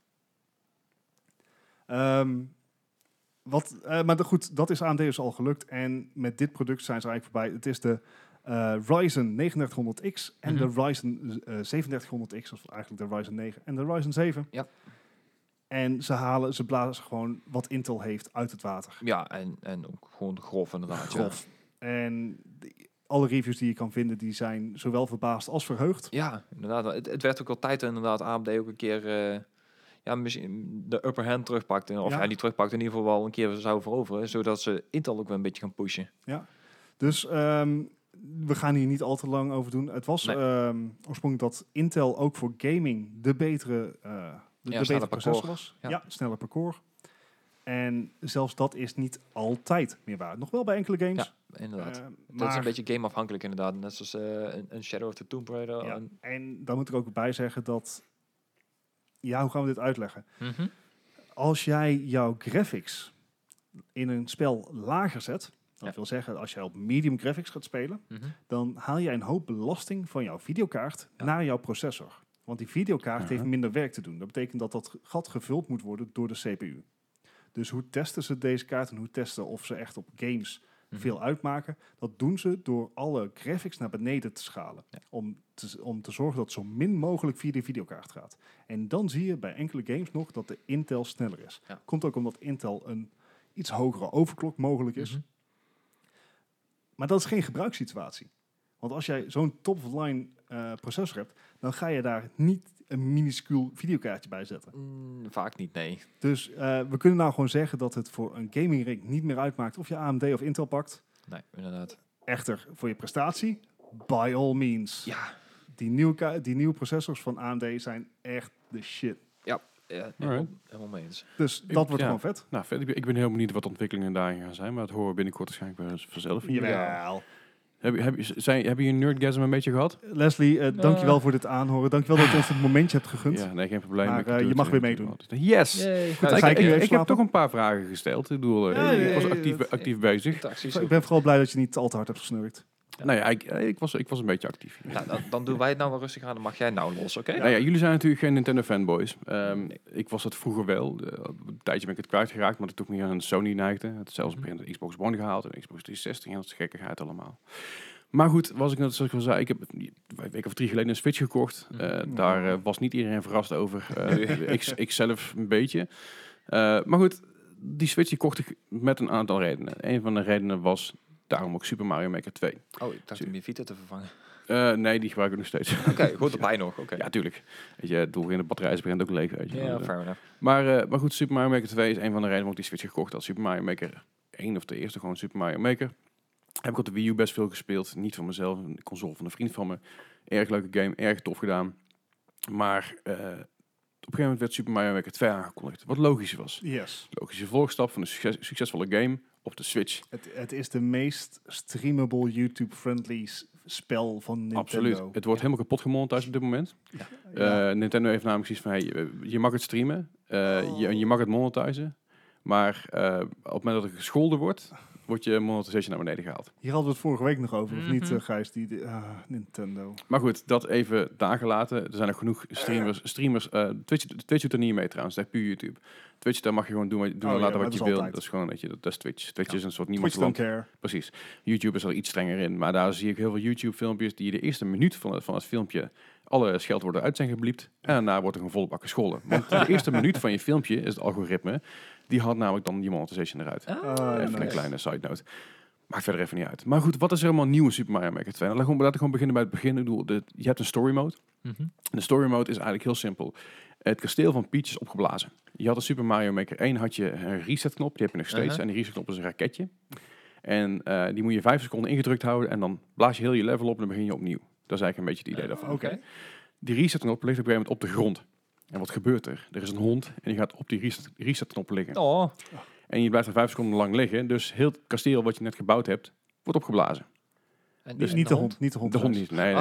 Maar goed, dat is AMD dus al gelukt. En met dit product zijn ze eigenlijk voorbij. Het is de Ryzen 3900X en Mhm. de Ryzen 3700X, of eigenlijk de Ryzen 9 en de Ryzen 7. Ja. En ze blazen gewoon wat Intel heeft uit het water. Ja, en ook gewoon grof inderdaad. Grof. En alle reviews die je kan vinden, die zijn zowel verbaasd als verheugd. Ja, inderdaad. Het werd ook al tijd inderdaad AMD ook een keer misschien de upper hand terugpakte. Of Ja. niet terugpakte, in ieder geval wel een keer zou veroveren. Zodat ze Intel ook weer een beetje gaan pushen. Dus we gaan hier niet al te lang over doen. Het was Nee. oorspronkelijk dat Intel ook voor gaming de betere, de betere processor was. Ja, sneller parcours. En zelfs dat is niet altijd meer waar. Nog wel bij enkele games. Ja, inderdaad. Dat maar is een beetje gameafhankelijk inderdaad. Net zoals een Shadow of the Tomb Raider. ja, en daar moet ik ook bij zeggen dat... Ja, hoe gaan we dit uitleggen? Als jij jouw graphics in een spel lager zet... Dat wil zeggen, als jij op medium graphics gaat spelen... dan haal jij een hoop belasting van jouw videokaart naar jouw processor. Want die videokaart heeft minder werk te doen. Dat betekent dat dat gat gevuld moet worden door de CPU. Dus hoe testen ze deze kaart en hoe testen of ze echt op games veel uitmaken? Dat doen ze door alle graphics naar beneden te schalen. Ja. Om te zorgen dat het zo min mogelijk via de videokaart gaat. En dan zie je bij enkele games nog dat de Intel sneller is. Ja. Komt ook omdat Intel een iets hogere overclock mogelijk is. Maar dat is geen gebruikssituatie. Want als jij zo'n top-of-line processor hebt, dan ga je daar niet een minuscuul videokaartje bij zetten. Vaak niet, nee. Dus we kunnen nou gewoon zeggen dat het voor een gaming rig niet meer uitmaakt of je AMD of Intel pakt. Nee, inderdaad. Echter, voor je prestatie, by all means. Ja. Die nieuwe processors van AMD zijn echt de shit. Ja, helemaal mee eens. Dus dat wordt gewoon vet. Nou, vet. Ik ben heel benieuwd wat de ontwikkelingen daarin gaan zijn, maar dat horen we binnenkort waarschijnlijk wel vanzelf. Jawel. Heb je een nerdgasm een beetje gehad? Leslie, dankjewel voor dit aanhoren. Dankjewel dat je ons het momentje hebt gegund. Ja, nee, geen probleem. Maar je mag weer meedoen. Yes! Goed, ik heb toch een paar vragen gesteld. Ik bedoel, ik was actief bezig. Ik ben vooral blij dat je niet al te hard hebt gesnurkt. Ja. Nou ja, ik was een beetje actief. Nou, dan doen wij het nou wel rustig aan. Dan mag jij nou los, oké? Nou ja, jullie zijn natuurlijk geen Nintendo fanboys. Ik was dat vroeger wel. Een tijdje ben ik het kwijtgeraakt, maar dat toen ik meer aan Sony neigde. Het zelfs begin de Xbox One gehaald en de Xbox 360 en dat is gekkigheid allemaal. Maar goed, was ik net zoals ik al zei, ik heb een week of 3 geleden een Switch gekocht. Daar was niet iedereen verrast over. Ik zelf een beetje. Maar goed, die Switch die kocht ik met een aantal redenen. Een van de redenen was daarom ook Super Mario Maker 2. Oh, ik dacht om je Vita te vervangen. Nee, die gebruik ik nog steeds. Oké, goed erbij nog. Okay. Ja, tuurlijk. Weet je, de batterij begint ook leeg. Weet je. Ja, fair enough. Maar goed, Super Mario Maker 2 is een van de redenen waarom ik die Switch gekocht had. Super Mario Maker 1 of de eerste gewoon Super Mario Maker. Heb ik op de Wii U best veel gespeeld. Niet van mezelf, een console van een vriend van me. Erg leuke game, erg tof gedaan. Maar op een gegeven moment werd Super Mario Maker 2 aangekondigd. Wat logisch was. Yes. Logische volgstap van een succesvolle game op de Switch. Het is de meest streamable YouTube-friendly spel van Nintendo. Absoluut. Het wordt helemaal kapot gemonetized op dit moment. Ja. Nintendo heeft namelijk zoiets van, hey, je mag het streamen. Je mag het monetizen. Maar op het moment dat er gescholden wordt je monetization naar beneden gehaald. Hier hadden we het vorige week nog over, of niet, Gijs? Nintendo. Maar goed, dat even daar gelaten. Er zijn nog genoeg streamers. Twitch doet er niet mee trouwens, dat is puur YouTube. Twitch, daar mag je gewoon doen laten wat je wil. Dat is gewoon, weet je, dat is Twitch. Twitch is een soort niemand don't care. Precies. YouTube is er iets strenger in. Maar daar zie ik heel veel YouTube-filmpjes die de eerste minuut van het filmpje alle scheldwoorden uit zijn gebliept. En daarna wordt er gewoon volle bak gescholden. Want de eerste minuut van je filmpje is het algoritme. Die had namelijk dan die monetization eruit. Even een kleine side note. Maakt verder even niet uit. Maar goed, wat is er allemaal nieuw in Super Mario Maker 2? Nou, laten we gewoon beginnen bij het begin. Ik bedoel, je hebt een story mode. De story mode is eigenlijk heel simpel. Het kasteel van Peach is opgeblazen. Je had in Super Mario Maker 1 had je een reset knop. Die heb je nog steeds. En die reset knop is een raketje. En die moet je 5 seconden ingedrukt houden. En dan blaas je heel je level op en dan begin je opnieuw. Dat is eigenlijk een beetje het idee daarvan. Oké. Die reset knop ligt op een gegeven moment op de grond. En wat gebeurt er? Er is een hond en die gaat op die reset knop liggen. Oh. En je blijft er 5 seconden lang liggen. Dus heel het kasteel wat je net gebouwd hebt, wordt opgeblazen. Dus niet de hond. De hond niet. Nee,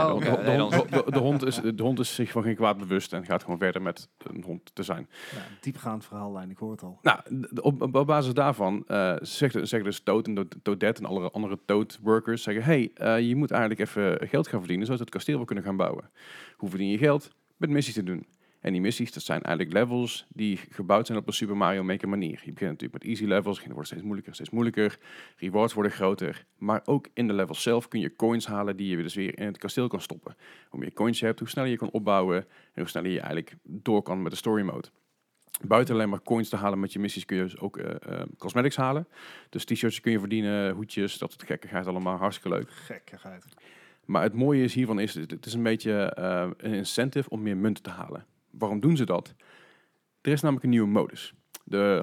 de hond is zich van geen kwaad bewust en gaat gewoon verder met een hond te zijn. Ja, diepgaand verhaallijn, ik hoor het al. Nou, op basis daarvan zeggen dus Toad en Toadette en alle andere Toad-workers zeggen, hey, je moet eigenlijk even geld gaan verdienen, zodat we het kasteel wel kunnen gaan bouwen. Hoe verdien je geld? Met missies te doen. En die missies, dat zijn eigenlijk levels die gebouwd zijn op een Super Mario Maker manier. Je begint natuurlijk met easy levels, het wordt steeds moeilijker. Rewards worden groter. Maar ook in de levels zelf kun je coins halen die je dus weer in het kasteel kan stoppen. Hoe meer coins je hebt, hoe sneller je kan opbouwen en hoe sneller je eigenlijk door kan met de story mode. Buiten alleen maar coins te halen met je missies kun je dus ook cosmetics halen. Dus t-shirts kun je verdienen, hoedjes, dat soort gekkigheid allemaal, hartstikke leuk. Gekkigheid. Maar het mooie is hiervan het is een beetje een incentive om meer munten te halen. Waarom doen ze dat? Er is namelijk een nieuwe modus. De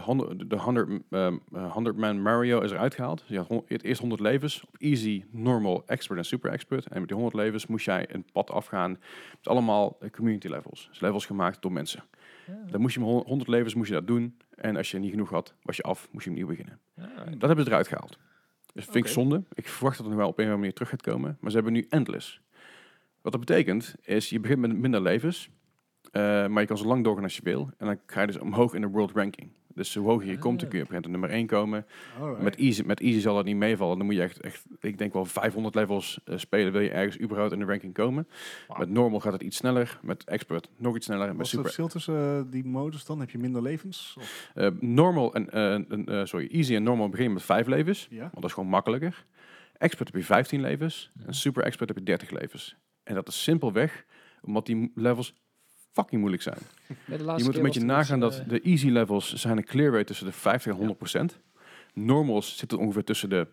100 Man Mario is eruit gehaald. Dus je had het eerst 100 levens op easy, normal, expert en super expert. En met die 100 levens moest jij een pad afgaan. Met allemaal community levels. Dus levels gemaakt door mensen. Dan moest je met 100 levens moest je dat doen. En als je niet genoeg had, was je af. Moest je opnieuw beginnen. Dat hebben ze eruit gehaald. Dus vind ik zonde. Ik verwacht dat het nog wel op een of andere manier terug gaat komen. Maar ze hebben nu endless. Wat dat betekent, is je begint met minder levens. Maar je kan zo lang doorgaan als je wil. En dan ga je dus omhoog in de world ranking. Dus hoe hoger je komt, dan kun je op een gegeven moment nummer 1 komen. Met easy zal dat niet meevallen. Dan moet je echt ik denk wel 500 levels spelen. Wil je ergens überhaupt in de ranking komen. Wow. Met normal gaat het iets sneller. Met expert nog iets sneller. Wat Met is het super verschil tussen die modus dan? Heb je minder levens? Of? normal easy en normal beginnen met 5 levens. Ja? Want dat is gewoon makkelijker. Expert heb je 15 levens. En super expert heb je 30 levens. En dat is simpelweg omdat die levels fucking moeilijk zijn. Je moet een beetje nagaan dat de easy levels zijn een clear rate tussen de 50 en 100%. Normals zitten ongeveer tussen de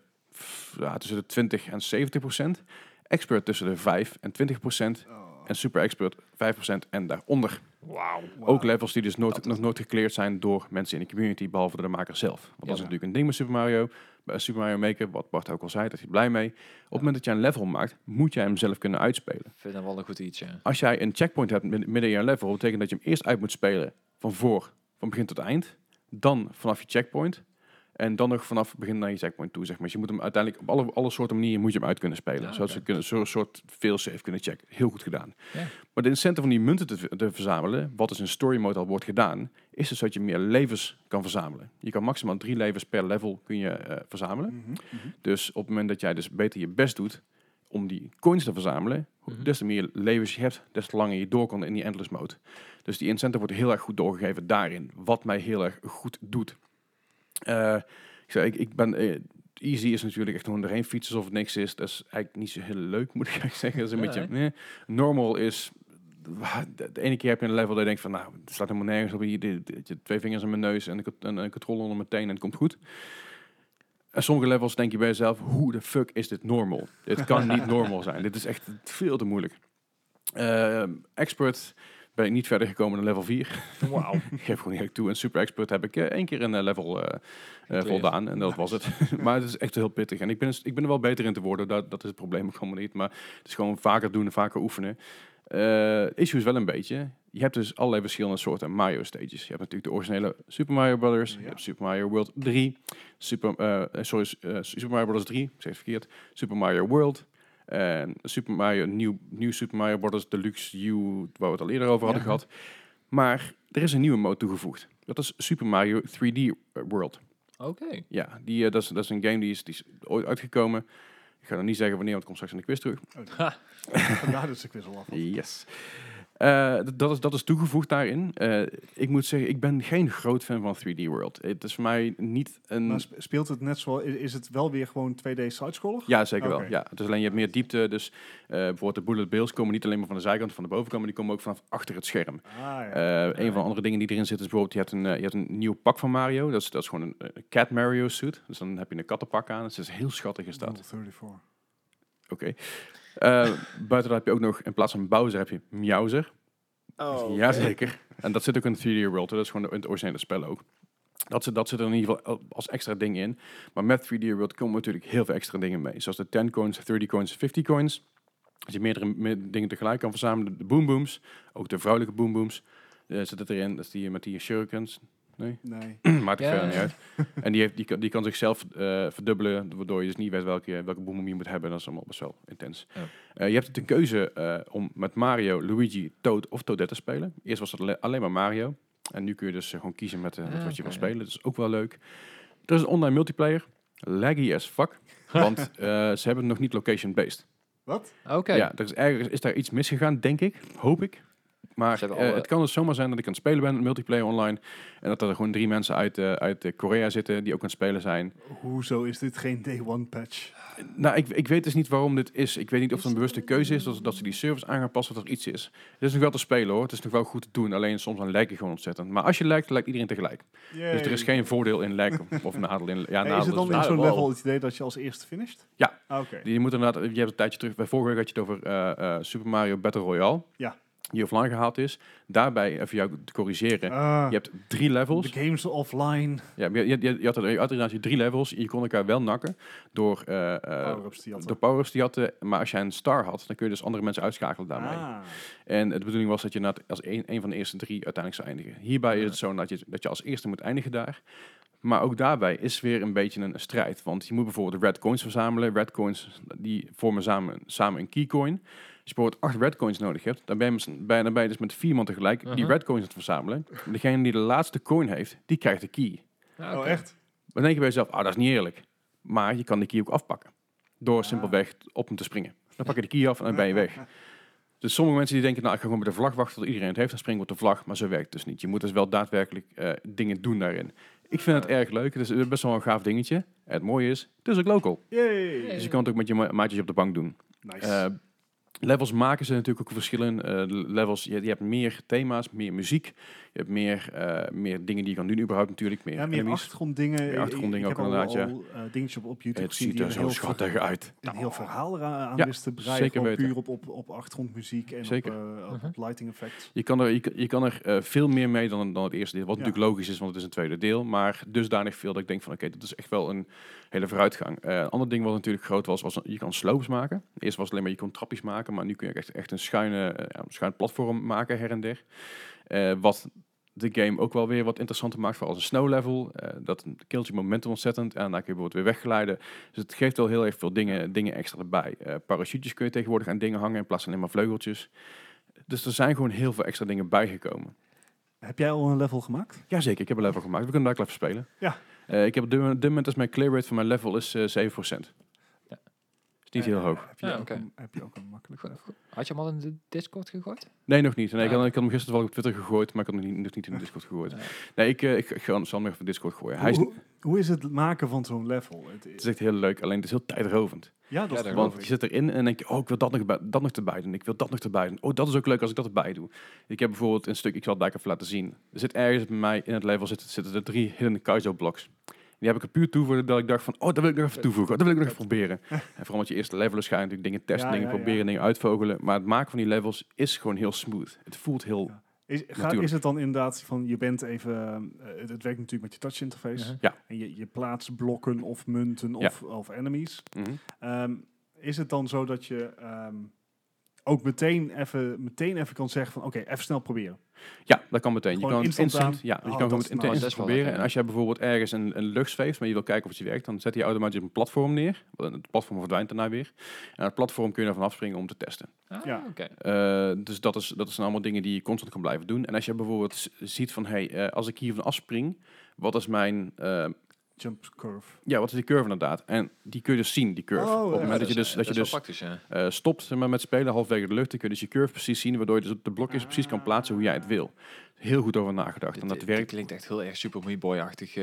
20 en 70%. Expert tussen de 5 en 20%. En super expert 5% en daaronder. Wauw. Ook levels die dus nog nooit gecleared zijn door mensen in de community, behalve door de maker zelf. Want dat is natuurlijk een ding met Super Mario. Bij Super Mario Maker, wat Bart ook al zei, daar is hij blij mee. Op het moment dat jij een level maakt, moet jij hem zelf kunnen uitspelen. Ik vind dat wel een goed iets, ja. Als jij een checkpoint hebt midden in je level, betekent dat je hem eerst uit moet spelen van begin tot eind. Dan vanaf je checkpoint. En dan nog vanaf begin naar je checkpoint toe, zeg maar. Dus je moet hem uiteindelijk op alle soorten manieren moet je hem uit kunnen spelen. Zodat ze kunnen zo'n soort failsafe kunnen checken. Heel goed gedaan. Ja. Maar de incentive van die munten te verzamelen, wat dus in story mode al wordt gedaan, is dus dat je meer levens kan verzamelen. Je kan maximaal 3 levens per level kun je verzamelen. Dus op het moment dat jij dus beter je best doet om die coins te verzamelen, des te meer levens je hebt, des te langer je door kan in die endless mode. Dus die incentive wordt heel erg goed doorgegeven daarin. Wat mij heel erg goed doet. Ik ben easy is natuurlijk echt gewoon erheen fietsen alsof het niks is. Dat is eigenlijk niet zo heel leuk, moet ik eigenlijk zeggen. Dat is een beetje normal is. De ene keer heb je een level dat je denkt van, nou, het slaat helemaal nergens op. Je 2 vingers in mijn neus en een controle onder mijn teen en het komt goed. En sommige levels denk je bij jezelf, hoe de fuck is dit normal? Dit kan niet normal zijn. Dit is echt veel te moeilijk. Expert ben ik niet verder gekomen dan level 4. Wauw. Ik geef gewoon eerlijk toe. En super expert heb ik 1 keer een level voldaan. En dat was het. Maar het is echt heel pittig. En ik ben er wel beter in te worden. Dat is het probleem ook helemaal niet. Maar het is gewoon vaker doen en vaker oefenen. Issue is wel een beetje. Je hebt dus allerlei verschillende soorten Mario stages. Je hebt natuurlijk de originele Super Mario Brothers. Je hebt Super Mario World 3. Super Mario Brothers 3. Ik zeg het verkeerd. Super Mario World. En Super Mario, nieuw Super Mario Bros. Deluxe U, waar we het al eerder over hadden gehad. Maar er is een nieuwe mode toegevoegd. Dat is Super Mario 3D World. Oké. Ja, dat is een game die is ooit uitgekomen. Ik ga nog niet zeggen wanneer, want het komt straks in de quiz terug. Vandaar dat ik quiz al af. Yes. Dat is toegevoegd daarin. Ik moet zeggen, ik ben geen groot fan van 3D World. Het is voor mij niet een... Maar speelt het net zoals... Is het wel weer gewoon 2D sidescroller? Ja, zeker wel. Oké. Ja. Dus alleen je hebt meer diepte. Dus bijvoorbeeld de bullet bills komen niet alleen maar van de zijkant, van de bovenkant, maar die komen ook vanaf achter het scherm. Een van de andere dingen die erin zitten is bijvoorbeeld, je hebt een nieuw pak van Mario. Dat is gewoon een Cat Mario suit. Dus dan heb je een kattenpak aan. Dus het is heel schattig is dat. 34. Oké. Buiten dat heb je ook nog, in plaats van Bowser, heb je Meowser. Oh, Jazeker. En dat zit ook in de 3D World. Dat is gewoon in het originele spel ook. Dat zit er in ieder geval als extra ding in. Maar met 3D World komen natuurlijk heel veel extra dingen mee. Zoals de 10 coins, 30 coins, 50 coins. Als je meerdere dingen tegelijk kan verzamelen. De Boom Booms. Ook de vrouwelijke Boom Booms zitten erin. Dat is die met die shurikens. Nee? Maakt er verder niet uit. En die kan zichzelf verdubbelen, waardoor je dus niet weet welke boom je moet hebben. Dat is allemaal best wel intens. Ja. Je hebt de keuze om met Mario, Luigi, Toad of Toadette te spelen. Eerst was het alleen maar Mario. En nu kun je dus gewoon kiezen met wat je wil spelen. Dat is ook wel leuk. Er is een online multiplayer. Laggy as fuck. Want ze hebben het nog niet location-based. Wat? Oké. Ja, ergens is daar iets misgegaan, denk ik. Hoop ik. Maar het kan dus zomaar zijn dat ik aan het spelen ben, multiplayer online. En dat er gewoon 3 mensen uit Korea zitten die ook aan het spelen zijn. Hoezo is dit geen day one patch? Nou, ik weet dus niet waarom dit is. Ik weet niet of het een bewuste keuze is, dat ze die service aan gaan passen of er iets is. Het is nog wel te spelen hoor. Het is nog wel goed te doen. Alleen soms dan lijkt je gewoon ontzettend. Maar als je lijkt iedereen tegelijk. Yay. Dus er is geen voordeel in lag of nadeel in. Ja, nadeel is het dan in zo'n level het idee dat je als eerste finisht? Ja. Oké. Je moet inderdaad. Je hebt een tijdje terug. Bij vorige week had je het over Super Mario Battle Royale. Ja. die offline gehaald is. Daarbij, even jou te corrigeren, je hebt 3 levels. De games offline. Ja, je had inderdaad 3 levels. Je kon elkaar wel nakken door power-ups die je had. Maar als jij een star had, dan kun je dus andere mensen uitschakelen daarmee. En de bedoeling was dat je als een van de eerste 3 uiteindelijk zou eindigen. Hierbij is het zo dat je als eerste moet eindigen daar. Maar ook daarbij is weer een beetje een strijd. Want je moet bijvoorbeeld de red coins verzamelen. Red coins die vormen samen een keycoin. Als je bijvoorbeeld 8 red coins nodig hebt, dan ben je dus met 4 man tegelijk die red coins aan het verzamelen. En degene die de laatste coin heeft, die krijgt de key. Oh, echt? Dan denk je bij jezelf, dat is niet eerlijk. Maar je kan de key ook afpakken. Door simpelweg op hem te springen. Dan pak je de key af en dan ben je weg. Dus sommige mensen die denken, ik ga gewoon met de vlag wachten tot iedereen het heeft. Dan springen we op de vlag, maar zo werkt het dus niet. Je moet dus wel daadwerkelijk dingen doen daarin. Ik vind het erg leuk. Het is best wel een gaaf dingetje. Het mooie is, het is ook local. Yay. Dus je kan het ook met je maatjes op de bank doen. Nice. Levels maken ze natuurlijk ook verschillen. Levels, je hebt meer thema's, meer muziek. Je hebt meer dingen die je kan doen überhaupt natuurlijk. Meer achtergronddingen. Meer achtergronddingen ook inderdaad, ja. Dingetjes op YouTube Het ziet er zo schattig uit. Een heel verhaal aan wist te breien. Zeker weten. Puur op achtergrondmuziek en op lighting effects. Je kan er veel meer mee dan het eerste deel. Wat natuurlijk logisch is, want het is een tweede deel. Maar dusdanig veel dat ik denk van oké, dat is echt wel een hele vooruitgang. Een ander ding wat natuurlijk groot was je kan slopes maken. Eerst was het alleen maar je kon trapjes maken. Maar nu kun je echt een schuin platform maken her en der. Wat de game ook wel weer wat interessanter maakt voor als een snow level. Dat killt je momentum ontzettend. En dan kun je bijvoorbeeld weer wegglijden. Dus het geeft wel heel erg veel dingen extra erbij. Parachutes kun je tegenwoordig aan dingen hangen in plaats van alleen maar vleugeltjes. Dus er zijn gewoon heel veel extra dingen bijgekomen. Heb jij al een level gemaakt? Jazeker, ik heb een level gemaakt. We kunnen daar even spelen. Ja. Ik heb op dit moment als mijn clear rate van mijn level is 7%. Niet heel hoog. Heb je ook een makkelijke? Had je hem al in de Discord gegooid? Nee, nog niet. Nee, ik had hem gisteren wel op Twitter gegooid, maar ik had hem nog niet in de Discord gegooid. Nee, ik zal hem even in Discord gooien. Hoe is het maken van zo'n level? Het is echt heel leuk, alleen het is heel tijdrovend. Ja, dat is want je zit erin en denk je, ik wil dat nog erbij doen. Ik wil dat nog erbij doen. Oh, dat is ook leuk als ik dat erbij doe. Ik heb bijvoorbeeld een stuk, ik zal het daar even laten zien. Er zit ergens bij mij in het level zitten er 3 hidden Kaizo blocks. Die heb ik er puur toevoegen dat ik dacht van, dat wil ik nog even toevoegen. Dat wil ik nog even proberen. En vooral met je eerste level ga je natuurlijk dingen testen, dingen proberen, dingen uitvogelen. Maar het maken van die levels is gewoon heel smooth. Het voelt heel Is het dan inderdaad van, je bent even, het werkt natuurlijk met je touch interface. Ja. En je plaatst blokken of munten of enemies. Mm-hmm. Is het dan zo dat je ook meteen even kan zeggen van, oké, even snel proberen? Ja, dat kan meteen. Gewoon je kan instant gewoon instant proberen. En als jij bijvoorbeeld ergens een lucht zweeft, maar je wil kijken of het je werkt, dan zet je automatisch op een platform neer. Het platform verdwijnt daarna weer. En het platform kun je ervan afspringen om te testen. Dus dat zijn allemaal dingen die je constant kan blijven doen. En als je bijvoorbeeld ziet van, als ik hiervan afspring, wat is mijn jump curve. Ja, wat is die curve inderdaad? En die kun je dus zien, die curve. Op het moment dat je dus praktisch, stopt met spelen, halverwege de lucht, dan kun je dus je curve precies zien, waardoor je dus op de blokjes precies kan plaatsen hoe jij het wil. Heel goed over nagedacht. En dat werkt. Klinkt echt heel erg Super Meat Boy-achtig.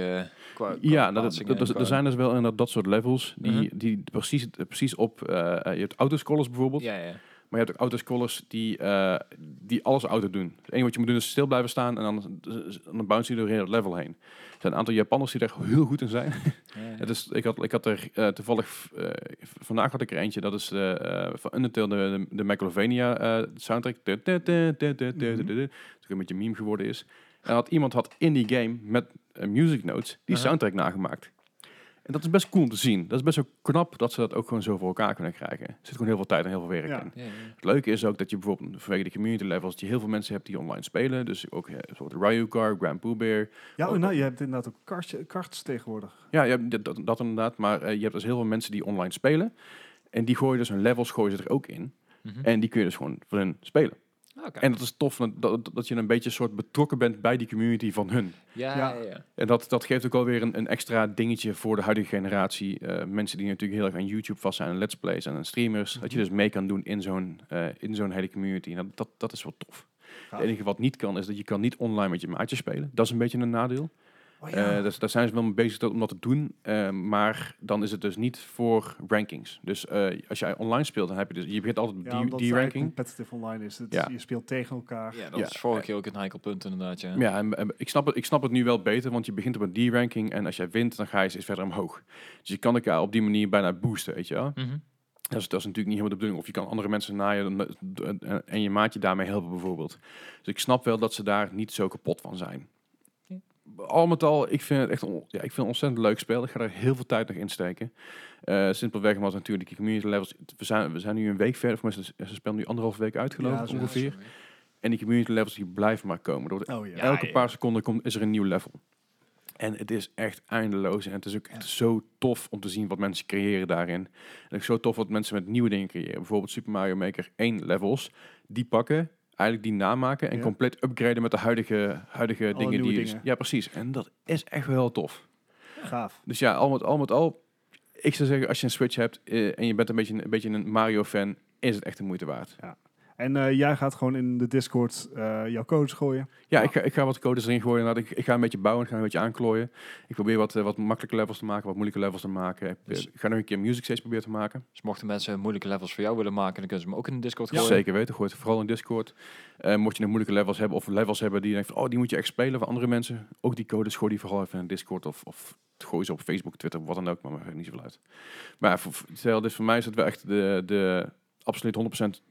Er zijn dus wel inderdaad dat soort levels die precies op. Je hebt autoscrollers bijvoorbeeld. Ja. Maar je hebt ook autoscrollers die alles auto doen. Het enige wat je moet doen is stil blijven staan en dan bounce je door het level heen. Er zijn een aantal Japanners die daar heel goed in zijn. Ja. Dus ik had er toevallig vandaag had ik er eentje. Dat is van Undertale de Megalovania soundtrack. Dat een beetje meme geworden is. En iemand had in die game met music notes die soundtrack nagemaakt. En dat is best cool om te zien. Dat is best wel knap dat ze dat ook gewoon zo voor elkaar kunnen krijgen. Er zit gewoon heel veel tijd en heel veel werk in. Ja. Het leuke is ook dat je bijvoorbeeld vanwege de community levels, dat je heel veel mensen hebt die online spelen. Dus ook bijvoorbeeld Ryugar, Grand Pooh Bear. Ja, je hebt inderdaad ook karts tegenwoordig. Ja, dat inderdaad. Maar je hebt dus heel veel mensen die online spelen. En die gooien dus hun levels gooien ze er ook in. Mm-hmm. En die kun je dus gewoon voor hun spelen. Okay. En dat is tof dat je een beetje een soort betrokken bent bij die community van hun. Ja. En dat geeft ook alweer een extra dingetje voor de huidige generatie. Mensen die natuurlijk heel erg aan YouTube vast zijn, en let's plays en streamers. Mm-hmm. Dat je dus mee kan doen in zo'n hele community. En dat is wel tof. Ja. Het enige wat niet kan, is dat je kan niet online met je maatjes spelen. Dat is een beetje een nadeel. Dus daar zijn ze wel mee bezig om dat te doen. Maar dan is het dus niet voor rankings. Dus als jij online speelt, dan heb je dus... Je begint altijd met die ranking. Competitive online is het. Je speelt tegen elkaar. Ja, dat is vorige keer ook een heikel punt inderdaad. Ja, en ik snap het nu wel beter. Want je begint op een D-ranking. En als jij wint, dan ga je steeds verder omhoog. Dus je kan elkaar op die manier bijna boosten, weet je wel. Mm-hmm. Dat is natuurlijk niet helemaal de bedoeling. Of je kan andere mensen naaien en je maatje daarmee helpen bijvoorbeeld. Dus ik snap wel dat ze daar niet zo kapot van zijn. Al met al, ik vind het echt ik vind het een ontzettend leuk spel. Ik ga er heel veel tijd nog in steken. Simpelweg omdat natuurlijk die community levels... We zijn nu een week verder. Voor mensen, ze spelen nu 1,5 week uit, geloof ik, ongeveer. En die community levels die blijven maar komen. Elke paar seconden is er een nieuw level. En het is echt eindeloos. En het is ook echt zo tof om te zien wat mensen creëren daarin. En ook zo tof wat mensen met nieuwe dingen creëren. Bijvoorbeeld Super Mario Maker 1 levels. Die pakken, eigenlijk die namaken en compleet upgraden met de huidige dingen. Dingen. Ja, precies. En dat is echt wel heel tof. Gaaf. Dus ja, al met al, ik zou zeggen, als je een Switch hebt en je bent een beetje een Mario-fan, is het echt de moeite waard. Ja. En jij gaat gewoon in de Discord jouw codes gooien? Ja, ik ga wat codes erin gooien. Ik ga een beetje bouwen, ik ga een beetje aanklooien. Ik probeer wat makkelijke levels te maken, wat moeilijke levels te maken. Ik ga nog een keer music stage proberen te maken. Dus mochten mensen moeilijke levels voor jou willen maken, dan kunnen ze hem ook in de Discord gooien. Zeker weten, gooi het vooral in Discord. Mocht je nog moeilijke levels hebben of levels hebben die je denkt van, die moet je echt spelen voor andere mensen. Ook die codes gooi die vooral even in Discord of gooi ze op Facebook, Twitter, wat dan ook, maar maakt niet zoveel uit. Maar dus voor mij is het wel echt de absoluut 100%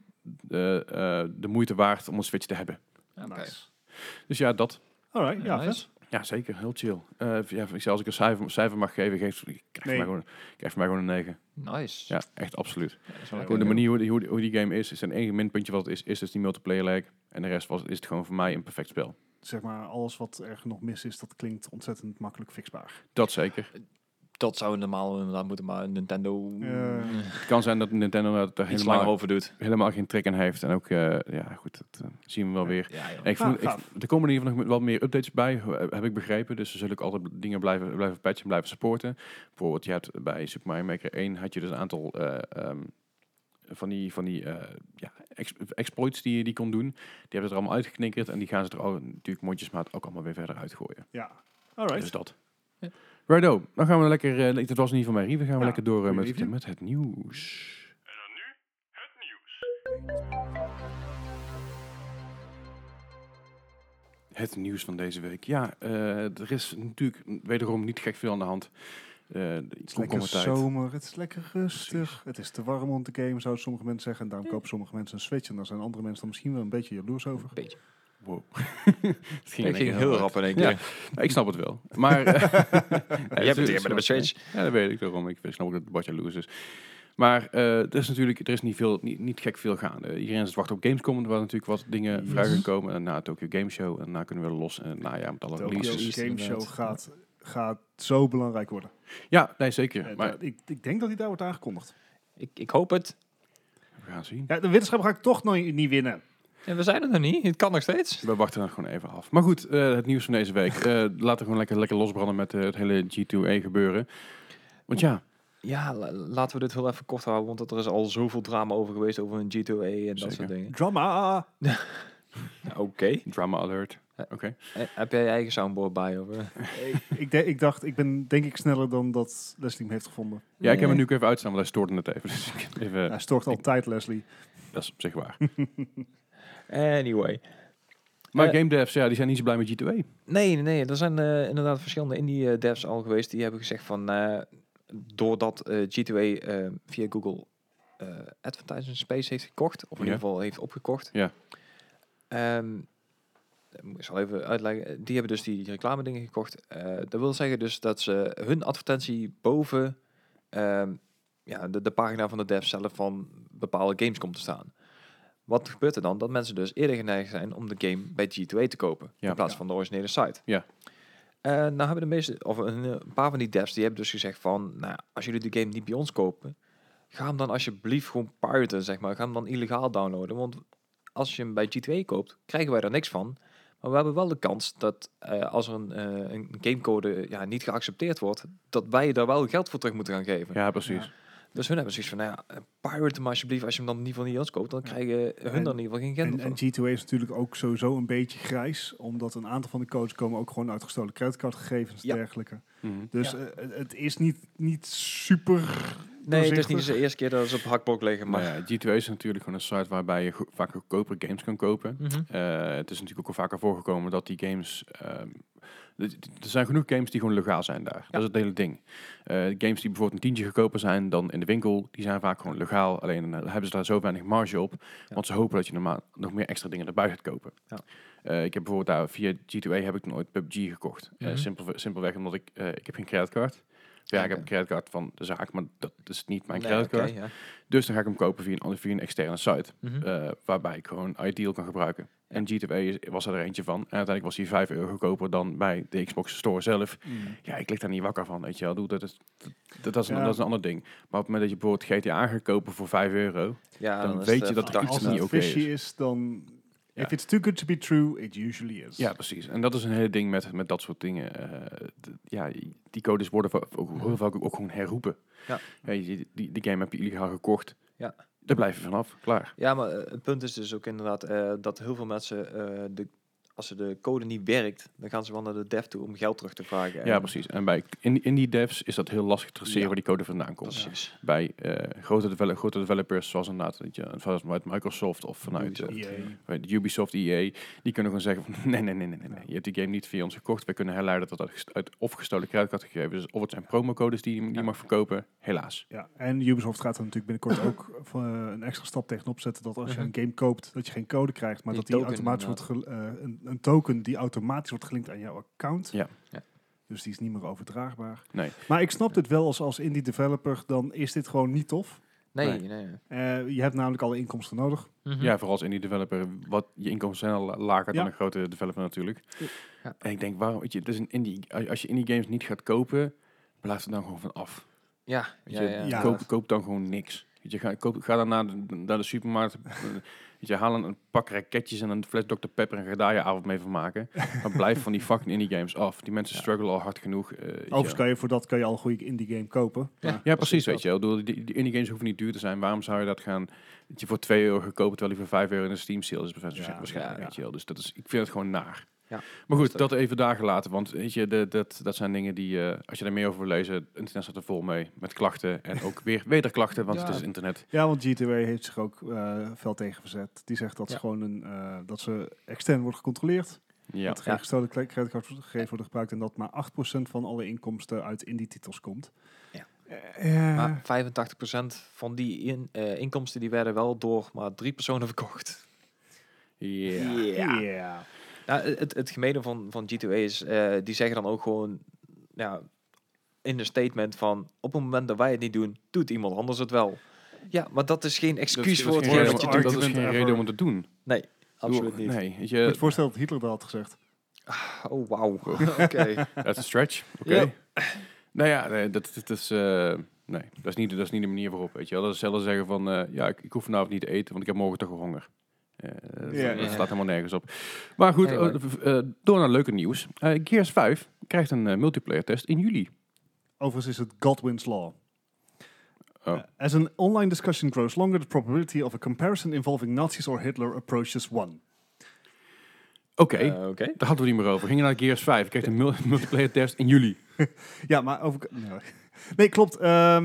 de moeite waard om een Switch te hebben. Okay. Nice. Dus ja, dat. Alright, ja, nice. Ja, zeker. Heel chill. Als ik een cijfer mag geven, krijg voor mij gewoon een 9. Nice. Ja, echt absoluut. Ja, Gewoon de manier hoe die game is zijn enige minpuntje wat het is dus die multiplayer lag. En de rest is het gewoon voor mij een perfect spel. Zeg maar, alles wat er nog mis is, dat klinkt ontzettend makkelijk fixbaar. Dat zeker. Dat zou normaal inderdaad moeten, maar Nintendo Het kan zijn dat Nintendo er iets langer over doet. helemaal geen trek in heeft. En ook, goed, dat zien we wel weer. Ja, Er komen in ieder geval nog wel meer updates bij, heb ik begrepen. Dus er zullen ook altijd dingen blijven patchen, blijven supporten. Bijvoorbeeld, je hebt bij Super Mario Maker 1 had je dus een aantal van die exploits die je kon doen. Die hebben ze er allemaal uitgeknikkerd. En die gaan ze er natuurlijk mondjesmaat ook allemaal weer verder uitgooien. Ja, alright. Dus dat. Ja. Righto, dan gaan we lekker... dit was in ieder geval mijn review. Gaan we lekker door review. met het nieuws. En dan nu het nieuws. Het nieuws van deze week. Ja, er is natuurlijk wederom niet gek veel aan de hand. Het is lekker zomer, het is lekker rustig. Precies. Het is te warm om te gamen, zouden sommige mensen zeggen. En daarom kopen sommige mensen een Switch. En daar zijn andere mensen dan misschien wel een beetje jaloers over. Beetje. Wow. Het ging heel rap in één keer. Ja, ik snap het wel. Maar je hebt het hier met de Switch. Ja, dat weet ik daarom. Ik snap ook dat het wat jaloers is. Maar er is niet gek veel gaande. Iedereen is het wachten op Gamescom, waar natuurlijk wat dingen vrij gaan komen. En na het Tokyo Game Show. En daarna kunnen we los. En met alle releases. Tokyo Game Show gaat zo belangrijk worden. Ja, nee, zeker. Maar ik denk dat hij daar wordt aangekondigd. Ik hoop het. We gaan zien. Ja, de wetenschap ga ik toch nog niet winnen. En we zijn er nog niet. Het kan nog steeds. We wachten dan gewoon even af. Maar goed, het nieuws van deze week. Laten we gewoon lekker losbranden met het hele G2A gebeuren. Want ja... Ja, laten we dit heel even kort houden, want er is al zoveel drama over geweest over een G2A en dat soort dingen. Drama! Oké. Drama alert. Oké. Heb jij je eigen soundboard bij? Of? ik dacht, ik ben denk ik sneller dan dat Leslie hem heeft gevonden. Ja, ik heb hem nu ook even uitstaan, want hij stoorde het even. Dus hij stoort altijd, Leslie. Dat is op zich waar. Anyway. Maar game devs, die zijn niet zo blij met G2A. Nee. Er zijn inderdaad verschillende indie devs al geweest die hebben gezegd van... doordat G2A via Google Advertising Space heeft gekocht, of in ieder geval heeft opgekocht. Ja. Ik zal even uitleggen. Die hebben dus die reclame dingen gekocht. Dat wil zeggen dus dat ze hun advertentie boven de pagina van de dev zelf van bepaalde games komt te staan. Wat gebeurt er dan? Dat mensen dus eerder geneigd zijn om de game bij G2A te kopen, in plaats van de originele site. Ja. Nou hebben de meeste, of een paar van die devs, die hebben dus gezegd van, nou, als jullie de game niet bij ons kopen, ga hem dan alsjeblieft gewoon piraten, zeg maar. Ga hem dan illegaal downloaden, want als je hem bij G2A koopt, krijgen wij daar niks van. Maar we hebben wel de kans dat als er een gamecode niet geaccepteerd wordt, dat wij daar wel geld voor terug moeten gaan geven. Ja, precies. Ja. Dus hun hebben zoiets van, pirate hem alsjeblieft, als je hem dan in ieder geval niet ons koopt, dan krijgen hun dan in ieder geval geen geld. En G2A is natuurlijk ook sowieso een beetje grijs, omdat een aantal van de codes komen ook gewoon uit gestolen creditcardgegevens en dergelijke. Mm-hmm. Dus het is niet super Nee, het is niet doorzichtig. de eerste keer dat ze op hakblok liggen, maar... Maar ja, G2A is natuurlijk gewoon een site waarbij je vaak goedkope games kan kopen. Mhm. Het is natuurlijk ook al vaker voorgekomen dat die games... er zijn genoeg games die gewoon legaal zijn daar. Dat is het hele ding. Games die bijvoorbeeld een tientje goedkoper zijn dan in de winkel, die zijn vaak gewoon legaal. Alleen hebben ze daar zo weinig marge op. Ja. Want ze hopen dat je normaal nog meer extra dingen erbij gaat kopen. Ja. Ik heb bijvoorbeeld daar via G2A heb ik nooit PUBG gekocht. Mhm. Simpelweg omdat ik heb geen creditcard. Ja, ik Oké. heb een creditcard van de zaak, maar dat is niet mijn Nee, creditcard. oké, ja. Dus dan ga ik hem kopen via een externe site. Mhm. Waarbij ik gewoon Ideal kan gebruiken. Ja. En G2A was er eentje van. En uiteindelijk was hij €5 goedkoper dan bij de Xbox Store zelf. Ja, ik lig daar niet wakker van, weet je wel. Dat is Ja. een ander ding. Maar op het moment dat je bijvoorbeeld GTA gaat kopen voor €5... Ja, Dan is weet het, je dat er verdacht iets Als niet het oké fishy is. is, dan... Ja. If it's too good to be true, it usually is. Ja, precies. En dat is een hele ding met dat soort dingen. Ja, die codes worden heel vaak ook gewoon herroepen. Ja. Die game heb je illegaal gekocht. Ja. Daar blijf je vanaf. Klaar. Ja, maar het punt is dus ook inderdaad dat heel veel mensen, als de code niet werkt, dan gaan ze wel naar de dev toe om geld terug te vragen. Ja, En- precies. En bij indie devs is dat heel lastig te traceren Ja. waar die code vandaan komt. Precies. Bij grote developers zoals inderdaad weet je, vanuit Microsoft of vanuit EA. Ubisoft, EA, die kunnen gewoon zeggen van nee. Je hebt die game niet via ons gekocht. Wij kunnen herleiden dat dat uit of gestolen creditcardgegevens is, of het zijn promocodes die je mag verkopen. Helaas. Ja, en Ubisoft gaat er natuurlijk binnenkort ook een extra stap tegenop zetten dat als je een game koopt, dat je geen code krijgt, maar Die dat die token automatisch wordt een token die automatisch wordt gelinkt aan jouw account. Ja. Ja. Dus die is niet meer overdraagbaar. Nee. Maar ik snap dit wel als indie developer, dan is dit gewoon niet tof. Nee. Je hebt namelijk alle inkomsten nodig. Mhm. Ja, vooral als indie developer, wat je inkomsten zijn al lager dan Ja. een grote developer natuurlijk. Ja. En ik denk, waarom, weet je, het is een indie, als je indie games niet gaat kopen, blijf er dan gewoon van af. Ja, Weet je, Ja. koop dan gewoon niks. Weet je, ga dan naar de supermarkt. Weet je, haal een pak raketjes en een fles Dr. Pepper en ga daar je avond mee van maken. Maar blijf van die fucking indie games af. Die mensen struggelen al hard genoeg. Weet je Overigens kan je voor dat kan je al een goede indie game kopen. Ja. Maar- Ja, precies, weet je wel. Ik bedoel, die indie games hoeven niet duur te zijn. Waarom zou je dat gaan, dat je voor €2 gekopen, terwijl die voor €5 in de Steam sale is waarschijnlijk, ja. weet je wel. Dus ik vind het gewoon naar. Ja. Maar goed, Dat- dat even daar gelaten, want weet je, dat zijn dingen die, als je er meer over wil lezen, het internet staat er vol mee, met klachten en ook weer wederklachten, want Ja. het is internet. Ja, want G2A heeft zich ook fel tegen verzet. Die zegt dat ze Ja. gewoon dat ze extern wordt gecontroleerd. Ja. Dat geen gestolen creditcardgegevens worden gebruikt en dat maar 8% van alle inkomsten uit indie-titels komt. Ja. Ja. Maar 85% van die inkomsten die werden wel door maar 3 personen verkocht. Ja. Ja. Nou, het gemene van G2A is, die zeggen dan ook gewoon, ja, in een statement van, op het moment dat wij het niet doen, doet iemand anders het wel. Ja, maar dat is geen excuus voor dat is hetgeen geen wat je reden, doet. dat is geen Argument reden ever. om het te doen. Nee, absoluut Doe- niet. Nee, weet Ik moet je, je voorstellen dat Hitler dat had gezegd. Oh, wauw. Oké. that's a stretch. Oké. Ja. Nou ja, nee, dat is... nee, dat is niet de manier waarop, weet je wel. Dat is zelfs zeggen van, ja, ik hoef vanavond niet te eten, want ik heb morgen toch wel honger. Ja. Dat slaat helemaal nergens op. Maar goed, Anyway. door naar leuke nieuws. Gears 5 krijgt een multiplayer test in juli. Overigens is het Godwin's Law. Oh. As an online discussion grows longer, the probability of a comparison involving Nazis or Hitler approaches 1. Oké, Oké. daar hadden we niet meer over. We gingen naar Gears 5, krijgt een multiplayer test in juli. Ja, maar over... Nee, klopt.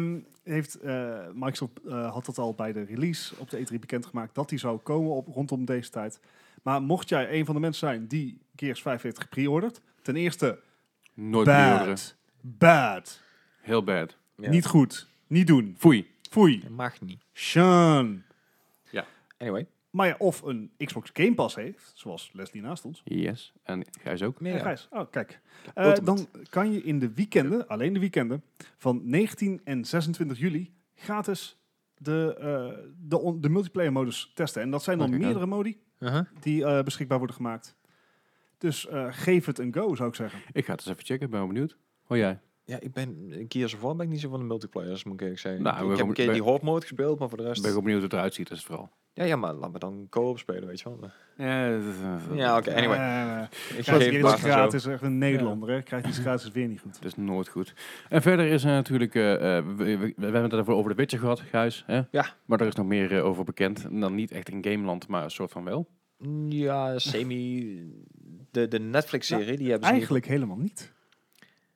Microsoft had dat al bij de release op de E3 bekendgemaakt dat die zou komen rondom deze tijd. Maar mocht jij een van de mensen zijn die Gears 5 heeft gepreorderd, ten eerste Nooit preorderen. bad, Heel bad. Ja. niet goed, niet doen, Foei. foei, Dat mag niet. Sean. Anyway. Maar ja, of een Xbox Game Pass heeft, zoals Leslie naast ons. Yes. En Gijs ook. Ja, Gijs. Oh, kijk. Ultimate. Dan kan je in de weekenden, alleen de weekenden, van 19 en 26 juli gratis de multiplayer modus testen. En dat zijn dan Kijk aan. meerdere modi die beschikbaar worden gemaakt. Dus geef het een go, zou ik zeggen. Ik ga het eens even checken, ben wel benieuwd. Oh jij? Ja, Gears of War ben ik niet zo van de multiplayers, moet ik eerlijk zeggen. Nou, ik heb een keer die Horde mode gespeeld, maar voor de Ik rest... ben ook benieuwd hoe het eruit ziet, dat is het vooral. Ja, maar laat me dan co-op spelen, weet je wel. Ja, Oké, anyway. Krijgt Ik hij geef iets baas en zo. gratis, echt een Nederlander. Hè? Krijgt iets gratis, is weer niet goed. Dat is nooit goed. En verder is er natuurlijk... we hebben het ervoor over de Witcher gehad, Gijs. Hè? Ja. Maar er is nog meer over bekend. En dan niet echt in Gameland, maar een soort van wel. Ja, semi... De Netflix-serie, die hebben ze Eigenlijk helemaal niet.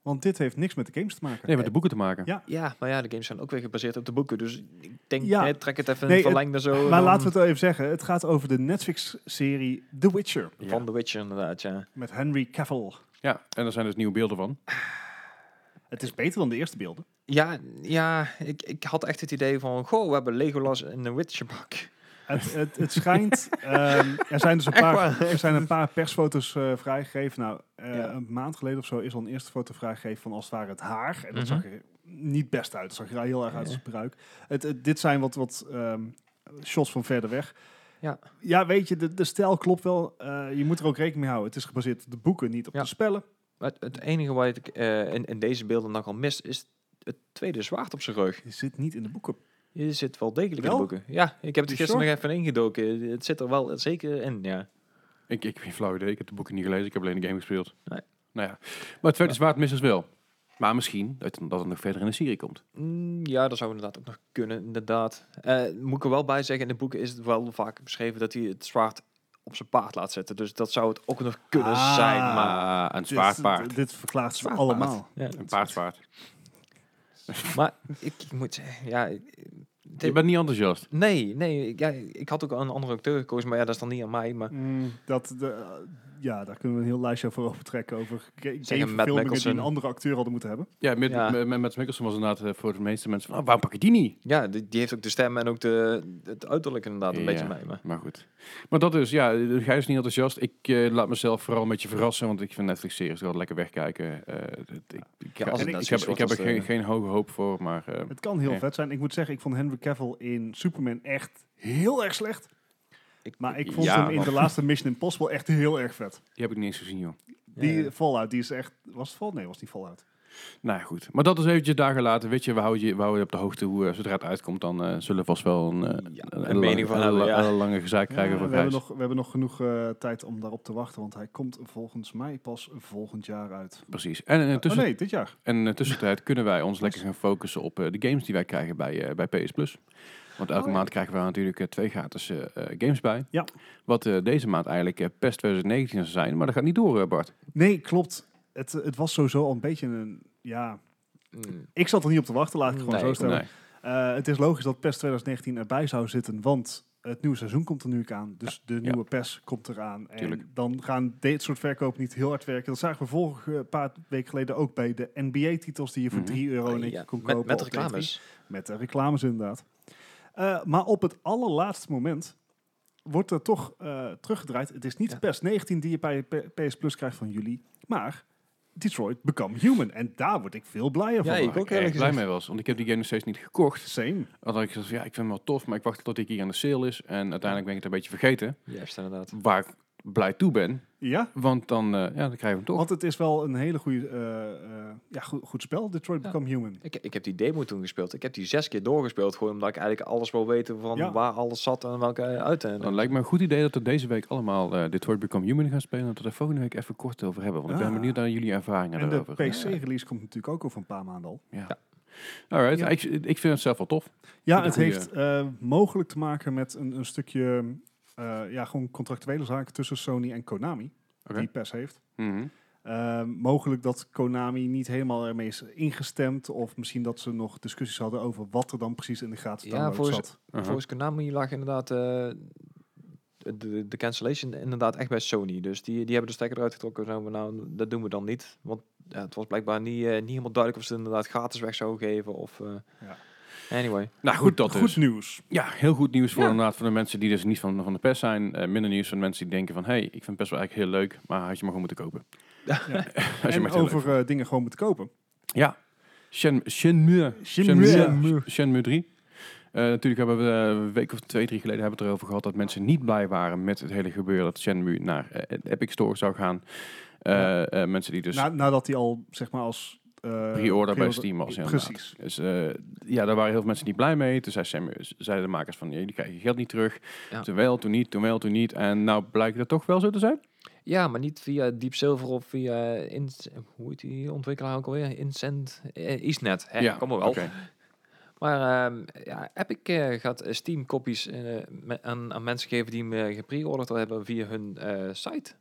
Want dit heeft niks met de games te maken. Nee, met de boeken te maken. Ja. Ja, maar ja, de games zijn ook weer gebaseerd op de boeken. Dus ik denk, Ja. trek het even Nee, een verlengde zo. Maar dan laten we het wel even zeggen. Het gaat over de Netflix-serie The Witcher. Ja. van The Witcher inderdaad, ja. Met Henry Cavill. Ja, en er zijn dus nieuwe beelden van. Het is beter dan de eerste beelden. Ja, ik had echt het idee van, goh, we hebben Legolas in een Witcher-bak. Het schijnt... er zijn dus een paar persfoto's vrijgegeven. Nou, Ja. een maand geleden of zo is al een eerste foto vrijgegeven van als het ware het haar. En dat Mhm. zag er niet best uit. Dat zag er heel erg uit als Ja. een pruik. Dit zijn wat shots van verder weg. Ja. Ja, weet je, de stijl klopt wel. Je moet er ook rekening mee houden. Het is gebaseerd op de boeken, niet op Ja. de spellen. Maar het enige wat ik in deze beelden nog al mis, is het tweede zwaard op zijn rug. Je zit niet in de boeken. Je zit wel degelijk in Wel? de boeken. Ja, ik heb het You gisteren sure? nog even ingedoken. Het zit er wel zeker in, ja. Ik heb geen flauw idee. Ik heb de boeken niet gelezen. Ik heb alleen de game gespeeld. Nee. Nou ja. Maar het tweede zwaard mis is wel. Maar misschien dat het nog verder in de serie komt. Ja, dat zou inderdaad ook nog kunnen, inderdaad. Moet ik er wel bij zeggen, in de boeken is het wel vaak beschreven dat hij het zwaard op zijn paard laat zetten. Dus dat zou het ook nog kunnen Ah. zijn, maar... Een zwaardpaard. Dit verklaart ze Zwaardpaard. allemaal. Ja, Een paardzwaard. maar ik moet zeggen, ja... Je bent niet enthousiast. Nee, ik had ook een andere acteur gekozen, maar ja, dat is dan niet aan mij. Maar Daar kunnen we een heel lijstje over opentrekken. Over Matt gameverfilmingen die Mikkelsen. een andere acteur hadden moeten hebben. Ja, met Mads Mikkelsen was inderdaad voor de meeste mensen van, waarom pak je die niet? ja, die heeft ook de stem en ook het uiterlijk inderdaad een beetje mee. Maar goed. Maar dat is, ja, Gijs is niet enthousiast. Ik laat mezelf vooral een beetje verrassen, want ik vind Netflix-series wel lekker wegkijken. als het Ik net heb, zo'n ik heb er soort als geen hoge hoop voor, maar... Het kan heel vet zijn. Ik moet zeggen, ik vond Henry Cavill in Superman echt heel erg slecht. Maar ik vond Ja, hem in man. de laatste Mission Impossible echt heel erg vet. Die heb ik niet eens gezien, joh. Die Fallout, die is echt... Was het Fallout? Nee, was niet Fallout. Nou ja, goed. Maar dat is eventjes daar gelaten. Weet je, we houden je op de hoogte hoe zodra het uitkomt, dan zullen we vast wel een mening van hebben, ja. een lange gezeik krijgen voor we, Gijs. hebben nog genoeg tijd om daarop te wachten, want hij komt volgens mij pas volgend jaar uit. Precies. En Oh nee, dit jaar. in de tussentijd kunnen wij ons lekker gaan focussen op de games die wij krijgen bij PS Plus. Want elke maand krijgen we natuurlijk 2 gratis games bij. Ja. Wat deze maand eigenlijk PES 2019 zou zijn. Maar dat gaat niet door, Bart. Nee, klopt. Het was sowieso al een beetje een... Ja, Mm. ik zat er niet op te wachten, laat ik het gewoon Nee, zo stellen. Nee. Het is logisch dat PES 2019 erbij zou zitten, want het nieuwe seizoen komt er nu aan. Dus de nieuwe PES komt eraan. En Tuurlijk. dan gaan dit soort verkopen niet heel hard werken. Dat zagen we vorige paar weken geleden ook bij de NBA-titels die je voor Mhm. €3 in één keer kon kopen. Met op reclames. E3. Met de reclames inderdaad. Maar op het allerlaatste moment wordt er toch teruggedraaid. Het is niet Ja. PES 19 die je bij PS Plus krijgt van jullie, maar Detroit Become Human. En daar word ik veel blijer van. Ja, ik Waar ook erg eerlijk blij gezegd. mee was. Want ik heb die game nog steeds niet gekocht. Same. Dan had ik gezegd, ja, ik vind hem wel tof, maar ik wacht tot ik hier aan de sale is. En uiteindelijk ben ik het een beetje vergeten. Juist, inderdaad. Waar ik blij toe ben. Ja, Want dan krijgen we hem toch. want het is wel een hele goede, goed spel, Detroit Ja. Become Human. Ik heb die demo toen gespeeld. Ik heb die 6 keer doorgespeeld. Gewoon omdat ik eigenlijk alles wil weten van Ja. waar alles zat en welke uit. Dan lijkt me een goed idee dat we deze week allemaal Detroit Become Human gaan spelen. En dat we er volgende week even kort over hebben. Want ik ben Ah. benieuwd naar jullie ervaringen En de daarover. PC-release komt natuurlijk ook over een paar maanden al. Ja. Ja. Alright, Ja. ik vind het zelf wel tof. Ja, Een het goeie- heeft mogelijk te maken met een stukje gewoon contractuele zaken tussen Sony en Konami, Oké. die PES heeft. Mhm. Mogelijk dat Konami niet helemaal ermee is ingestemd, of misschien dat ze nog discussies hadden over wat er dan precies in de gratis Ja, download volgens- zat. Uh-huh. Volgens Konami lag inderdaad de cancellation inderdaad echt bij Sony. Dus die hebben de stekker eruit getrokken. Zo van, nou, dat doen we dan niet. Want het was blijkbaar niet helemaal duidelijk of ze het inderdaad gratis weg zouden geven. Of, Anyway. Nou goed, dat goed dus. nieuws. Ja, heel goed nieuws voor Ja. inderdaad voor de mensen die dus niet van de PES zijn. Minder nieuws van de mensen die denken van, hey, ik vind PES wel eigenlijk heel leuk, maar had je maar gewoon moeten kopen. Ja. Als je En maar heel leuk over dingen gewoon moeten kopen. Ja, Shenmue 3. Natuurlijk hebben we een week of 2-3 geleden hebben we het erover gehad dat mensen niet blij waren met het hele gebeuren dat Shenmue naar Epic Store zou gaan. Mensen die dus Nadat hij al, zeg maar, als... pre-order bij Steam was. Inderdaad. Precies. Dus daar waren heel veel mensen niet blij mee. Toen zeiden de makers van, jullie krijgen je geld niet terug. Ja. Toen wel, toen niet, toen wel, toen niet. En nou blijkt dat toch wel zo te zijn. Ja, maar niet via Deep Silver of via... hoe heet die ontwikkelaar ook alweer? Isnet. Hè, kom maar wel. oké. Maar Epic gaat Steam-kopies aan mensen geven die hem gepre-orderd hebben via hun site.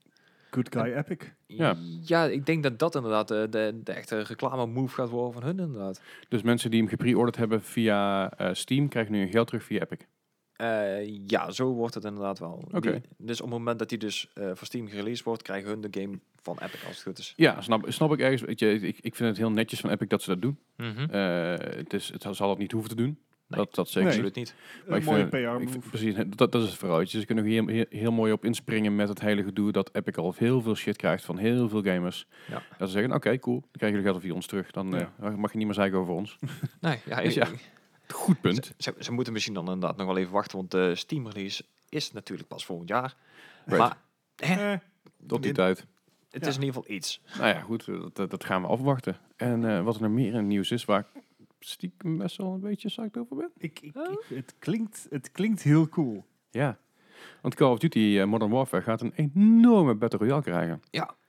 Good guy Epic. Ja. Ja, ik denk dat inderdaad de echte reclame move gaat worden van hun inderdaad. Dus mensen die hem gepre-orderd hebben via Steam krijgen nu hun geld terug via Epic. Ja, zo wordt het inderdaad wel. Oké. Dus op het moment dat die dus voor Steam gereleased wordt, krijgen hun de game van Epic als het goed is. Ja, snap ik ergens. Weet je, ik vind het heel netjes van Epic dat ze dat doen. Het zal dat niet hoeven te doen. Nee. Dat zeker Nee. niet. Absoluut niet. Maar Een ik mooie vind- PR ik vind- move. Precies, dat is het verhaal. Ze kunnen hier heel mooi op inspringen met het hele gedoe dat Epic al heel veel shit krijgt van heel veel gamers. Ja. Dat ze zeggen, oké, cool, dan krijgen jullie geld via ons terug. Dan mag je niet meer zeiken over ons. Nee, ja, Dus ja, Goed punt. Ze moeten misschien dan inderdaad nog wel even wachten, want de Steam release is natuurlijk pas volgend jaar. Right. Maar Tot die tijd. het Ja. is in ieder geval iets. Nou ja, goed, dat gaan we afwachten. En wat er nog meer in het nieuws is, waar ik stiekem best wel een beetje psyched over ben. Het klinkt heel cool. Ja, want Call of Duty Modern Warfare gaat een enorme Battle Royale krijgen.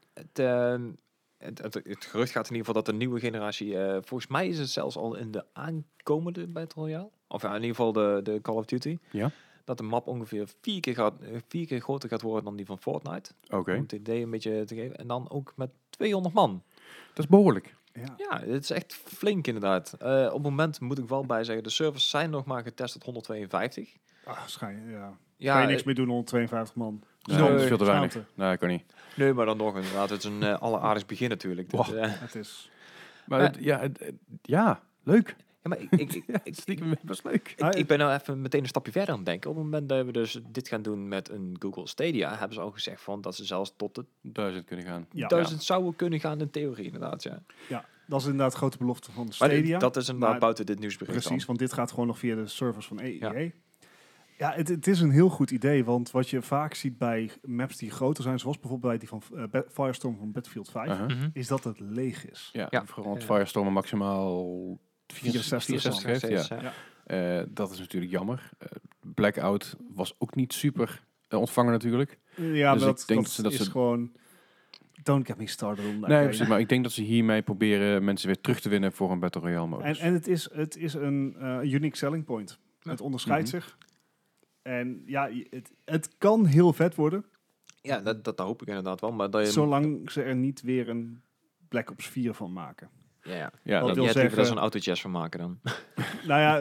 Het gerucht gaat in ieder geval dat de nieuwe generatie, volgens mij is het zelfs al in de aankomende Battle Royale, of ja, in ieder geval de Call of Duty, Ja. dat de map ongeveer 4 keer groter gaat worden dan die van Fortnite. Oké, Om het idee een beetje te geven. En dan ook met 200 man. dat is behoorlijk. Ja. Ja, het is echt flink inderdaad. Op het moment moet ik wel bij zeggen, de servers zijn nog maar getest tot 152. Ja. Ja, Kan je niks meer doen, 152 man. Nee, Nee, dat is veel te weinig. schaamte. Nee, dat kan niet. nee, maar dan nog inderdaad. Het is een alleraardigst begin natuurlijk. Dus, Wow. Het is... Maar ja, leuk. ja, maar ik Stiekem best leuk. ik ben nou even meteen een stapje verder aan het denken. Op het moment dat we dus dit gaan doen met een Google Stadia, hebben ze al gezegd van dat ze zelfs tot de 1000 kunnen gaan. Ja. 1000 zouden kunnen gaan in theorie inderdaad. Ja. Ja, dat is inderdaad de grote belofte van Maar Stadia. dat is inderdaad Maar- buiten dit nieuwsbericht. Precies, want dit gaat gewoon nog via de servers van EA. Ja. Ja, het is een heel goed idee, want wat je vaak ziet bij maps die groter zijn, zoals bijvoorbeeld bij die van Firestorm van Battlefield 5, Uh-huh. Dan. is dat het leeg is. Ja, Ja. vooral het Ja. Firestorm maximaal 64 heeft. Ja. Dat is natuurlijk jammer. Blackout was ook niet super ontvangen natuurlijk. Ja, Dus maar ik denk dat is ze- gewoon... Don't get me started on that Nee, game. precies, maar ik denk dat ze hiermee proberen mensen weer terug te winnen voor een Battle Royale modus. En het is een unique selling point. Ja. Het onderscheidt Mhm. zich. En ja, het kan heel vet worden, Ja, dat hoop ik inderdaad wel. Maar dat je, zolang ze er niet weer een Black Ops 4 van maken. Ja, Wat je wil hebt liever zeggen- daar zo'n autojazz van maken dan. Nou ja,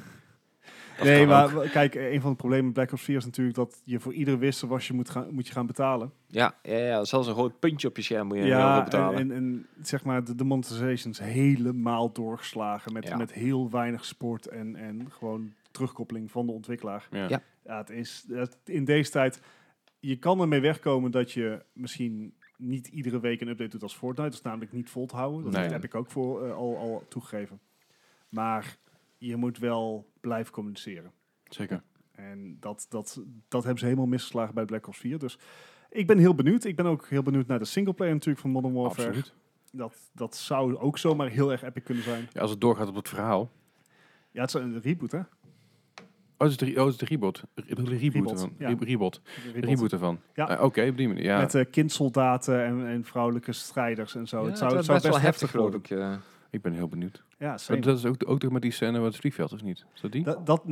Dat nee, kan maar ook. kijk, een van de problemen met Black Ops 4 is natuurlijk dat je voor iedere wissel was je moet je gaan betalen. Ja, zelfs een rood puntje op je scherm moet je heel veel Ja, betalen. en zeg maar de monetizations helemaal doorgeslagen met, Ja. met heel weinig support en gewoon terugkoppeling van de ontwikkelaar. ja. Ja. Ja, in deze tijd, je kan ermee wegkomen dat je misschien niet iedere week een update doet als Fortnite. Dat is namelijk niet vol te houden. Dat Nee. heb ik ook voor al toegegeven. Maar je moet wel blijven communiceren. Zeker. En dat hebben ze helemaal misgeslagen bij Black Ops 4. Dus ik ben heel benieuwd. Ik ben ook heel benieuwd naar de singleplayer natuurlijk van Modern Warfare. Absoluut. Dat zou ook zomaar heel erg epic kunnen zijn. Ja, als het doorgaat op het verhaal. Ja, het is een reboot, hè? Oh, het is de reboot. Reboot Reboot, ervan. ja. Reboot. Reboot. Reboot ervan. Ja. Oké, op die manier. Ja. Met kindsoldaten en vrouwelijke strijders en zo. Ja, het zou was best wel heftig geloof worden. ik. Ik ben heel benieuwd. Ja, same. Dat is ook toch met die scène wat het vliegveld, of niet? Is dat die?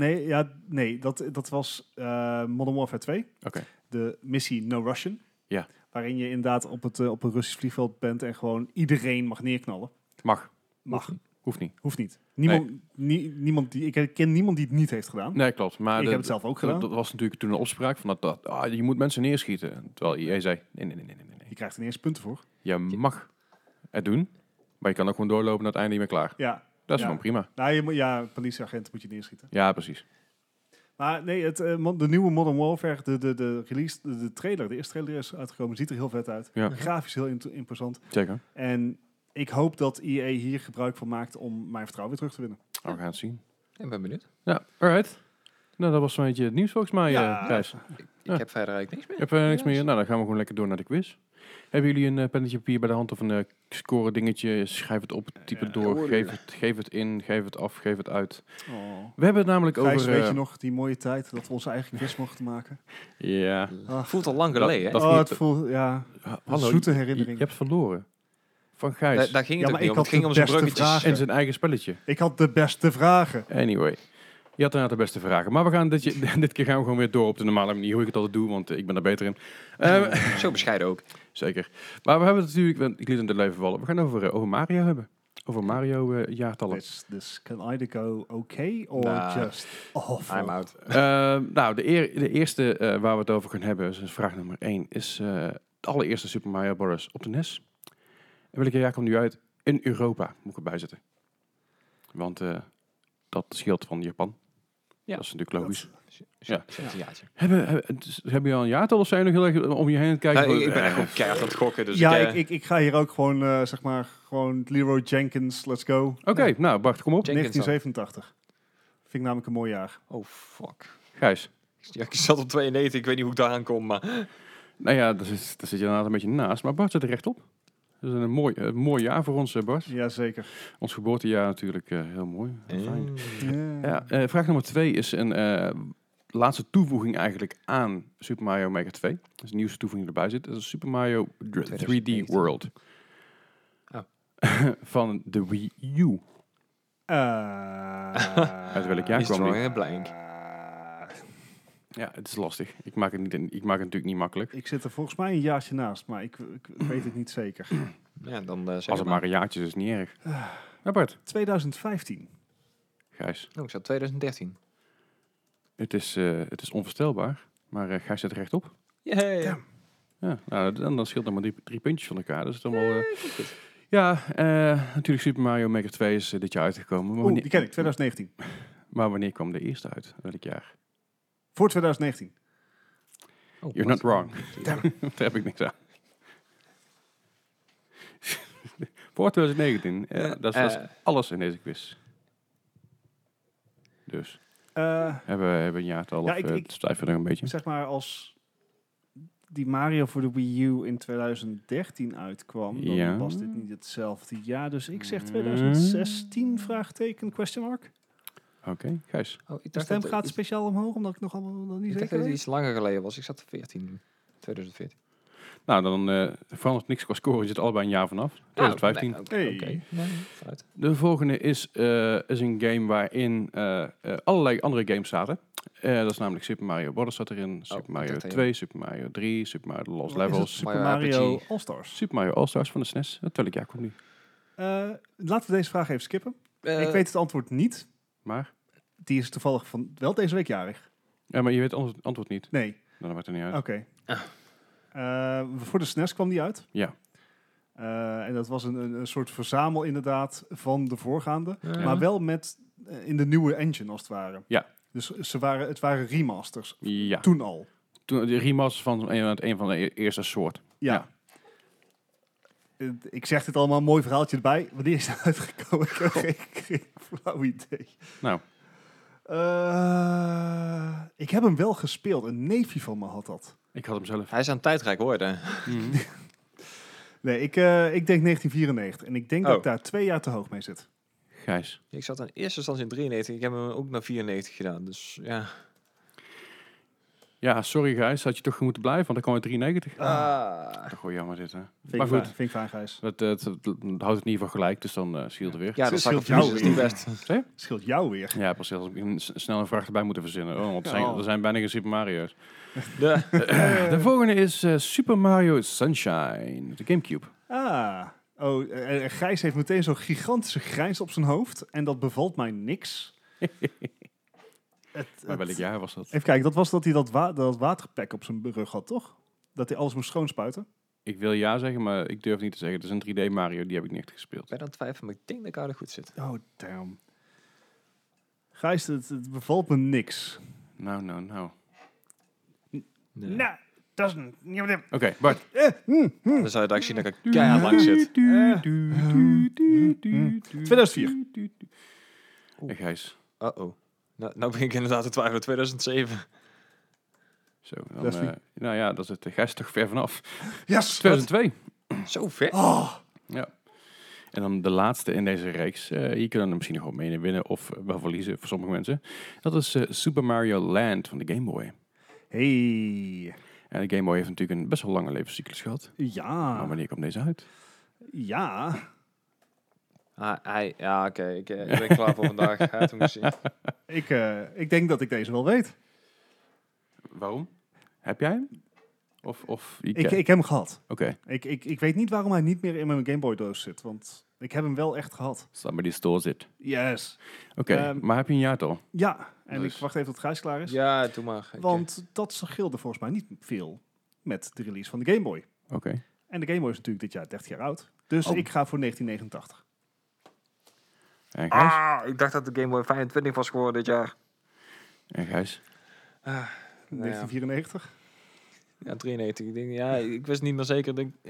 Nee, dat was Modern Warfare 2. Oké. De missie No Russian. Ja. Waarin je inderdaad op een Russisch vliegveld bent en gewoon iedereen mag neerknallen. Mag. Mag. Hoeft niet. Hoeft niet. Niemand ik ken niemand die het niet heeft gedaan. Nee, klopt. Maar Ik heb het zelf ook gedaan. Dat was natuurlijk toen een opspraak van je moet mensen neerschieten. Terwijl IE zei, nee. Je krijgt er eerst punten voor. Je mag het doen, maar je kan ook gewoon doorlopen naar het einde niet meer klaar. Ja. Dat is Ja. gewoon prima. Nou, politieagent moet je neerschieten. Ja, precies. Maar nee, de nieuwe Modern Warfare, de release, de trailer, de eerste trailer is uitgekomen, ziet er heel vet uit. Ja, Grafisch heel imposant. zeker. En ik hoop dat EA hier gebruik van maakt om mijn vertrouwen weer terug te winnen. Nou, we gaan het zien. Ik ben benieuwd. Ja, alright. Nou, dat was een beetje het nieuws volgens mij, Ja. Gijs. Ik Ja. heb verder eigenlijk niks meer. Je hebt niks Ja, meer? Nou, dan gaan we gewoon lekker door naar de quiz. Hebben jullie een pennetje papier bij de hand of een score dingetje? Schrijf het op, typ het Ja, door, hoor. geef het in, geef het af, geef het uit. Oh. We hebben het namelijk Gijs, over... weet je nog die mooie tijd dat we onze eigen quiz mochten maken? Ja. Voelt al lang geleden, hè? dat- Oh, het voelt, ja, Hallo, zoete je herinnering. hebt verloren. Van Gijs. Daar ging Ja, het maar ook ik niet om. Het had ging de om zijn beste bruggetjes. vragen. En zijn eigen spelletje. Ik had de beste vragen. Anyway. Je had inderdaad de beste vragen. Maar we gaan dit keer gaan we gewoon weer door op de normale manier. Hoe ik het altijd doe, want ik ben er beter in. Zo bescheiden ook. Zeker. Maar we hebben het natuurlijk... Ik liet het even vallen. We gaan over Mario hebben. Over Mario jaartallen. Dus can either go okay or Nah. just awful? I'm out. Nou, de eerste waar we het over gaan hebben, is vraag nummer 1, is het allereerste Super Mario Bros. Op de NES. En welk jaar kwam die uit? In Europa, moet ik erbij zetten. Want dat scheelt van Japan. Ja. Dat is natuurlijk logisch. Ja. Ja. Hebben je al een jaartal of zijn je nog heel erg om je heen te kijken? Ik ben echt gewoon keihard aan het gokken. Dus Ja, ik ga hier ook gewoon, zeg maar, gewoon Leroy Jenkins, let's go. Oké, nou Bart, kom op. Jenkins 1987. Vind ik namelijk een mooi jaar. Oh, fuck. Gijs. Ja, ik zat op 92. Ik weet niet hoe ik daar aankom, maar... Nou ja, daar zit je inderdaad een beetje naast. Maar Bart zit er rechtop. Dat is een mooi jaar voor ons, Bart. Jazeker. Ons geboortejaar natuurlijk heel mooi. Heel fijn. Ja. Ja, vraag nummer 2 is een laatste toevoeging eigenlijk aan Super Mario Maker 2. Dat is de nieuwste toevoeging die erbij zit. Dat is Super Mario 3D 2019. World. Oh. Van de Wii U. Uit welk jaar Is kwam drawing die? a blank. Ja, het is lastig. Ik maak het natuurlijk niet makkelijk. Ik zit er volgens mij een jaartje naast, maar ik weet het niet zeker. Ja, dan zeg Als het maar een jaartje is, is het niet erg. Ja, Bart. 2015. Gijs. Oh, ik zat 2013. Het is onvoorstelbaar. Maar Gijs zit rechtop. Yay. Ja, nou, dan scheelt nog maar drie puntjes van elkaar. Dus het is allemaal... Ja, natuurlijk Super Mario Maker 2 is dit jaar uitgekomen. Maar Oeh, die ken ik, 2019. Maar wanneer kwam de eerste uit? Welk jaar? Voor 2019. Oh, You're not wrong. Daar heb ik niks aan. Voor 2019. Ja, dat is alles in deze quiz. Dus hebben we een jaartal Ja, of ik twijfelen nog een beetje. zeg maar, als die Mario voor de Wii U in 2013 uitkwam, dan Ja. was dit niet hetzelfde jaar. Dus ik zeg 2016, vraagteken, question mark. Oké, Gijs. Oh, ik De dacht stem dat gaat het- speciaal omhoog, omdat ik nog allemaal nog niet Ik dacht zeker dat het weet. iets langer geleden was. Ik zat op 2014. Nou, dan verandert niks qua score. Je zit allebei een jaar vanaf. 2015. Nee, Hey. Oké. Nee, vooruit. De volgende is een game waarin allerlei andere games zaten. Dat is namelijk Super Mario Bros. Zat erin, Super ik Mario dacht dat 2, Super Mario 3, Super Mario The Lost Is het Levels, Super Mario Mario RPG. All-Stars. Super Mario All-Stars van de SNES. Welk jaar kwam die? Laten we deze vraag even skippen. Eh, Ik weet het antwoord niet. Maar? Die is toevallig wel deze week jarig. Ja, maar je weet het antwoord niet. Nee, Dan maakt het niet uit. oké. Ah. Voor de SNES kwam die uit. Ja. En dat was een soort verzamel inderdaad van de voorgaande. Ja. Maar wel met in de nieuwe engine als het ware. Ja. Dus het waren remasters. Ja. Toen al. Toen de remaster van een van de eerste soort. Ja. Ik zeg dit allemaal, een mooi verhaaltje erbij. Wanneer is het uitgekomen? Ik heb geen flauw idee. Nou, Ik heb hem wel gespeeld. Een neefje van me had dat. ik had hem zelf. Hij is aan tijdrijk worden. Mhm. Nee, ik denk 1994. En ik denk dat Oh. ik daar 2 jaar te hoog mee zit. Gijs. Ik zat in eerste instantie in 93. Ik heb hem ook naar 94 gedaan. Dus ja. Ja, sorry Gijs. Had je toch moeten blijven, want dan kwam uit 93. Ah. Toch gewoon jammer dit, hè. Vind Maar ik goed, Vind ik fijn, Gijs. het houdt het in ieder geval gelijk, dus dan scheelt het weer. Ja, dat zag ik Scheelt op jou is niet best. Scheelt jou weer. Ja, precies. Als ik snel een vraag erbij moeten verzinnen. Oh, want Ja. er zijn bijna geen Super Mario's. De, De volgende is Super Mario Sunshine. De Gamecube. Gijs heeft meteen zo'n gigantische grijns op zijn hoofd. En dat bevalt mij niks. Maar welk jaar was dat? Even kijken, dat was dat hij dat waterpek op zijn rug had, toch? Dat hij alles moest schoonspuiten. Ik wil ja zeggen, maar ik durf niet te zeggen. Het is een 3D Mario, die heb ik niet echt gespeeld. ik ben aan het twijfelen, maar ik denk dat ik aardig goed zit. Oh, damn. Gijs, het bevalt me niks. Nou. Nee. Nou, dat is een... Oké, Bart. Dan zou je daar zien dat ik keihard lang zit. 2004. Hey, Gijs. Uh-oh. Nou begin ik inderdaad te twijfelen. 2007. Zo, dan, Dat is wie? nou ja, dat is het. Gijs is toch ver vanaf. Yes! 2002. Zo ver. Oh, Ja. En dan de laatste in deze reeks. Hier kunnen we misschien nog wel mee winnen of wel verliezen voor sommige mensen. Dat is Super Mario Land van de Game Boy. hey. En de Game Boy heeft natuurlijk een best wel lange levenscyclus gehad. Maar Ja. wanneer kwam deze uit? Ja. Oké. Ik ben klaar voor vandaag. Hij heeft hem gezien. Ik denk dat ik deze wel weet. Waarom? Heb jij hem? Of Ik heb hem gehad. Oké. Ik weet niet waarom hij niet meer in mijn Game Boy doos zit. Want ik heb hem wel echt gehad. Somebody stole it. Yes. Oké, maar heb je een jaartal? Ja, en Dus- ik wacht even tot Gijs klaar is. Ja, doe maar. Want dat scheelde volgens mij niet veel met de release van de Game Boy. Oké. En de Game Boy is natuurlijk dit jaar 30 jaar oud. Dus ik ga voor 1989. En Gijs? Ik dacht dat de Game Boy 25 was geworden dit jaar. En Gijs? 1994. Ja, 93. Ik wist niet meer zeker.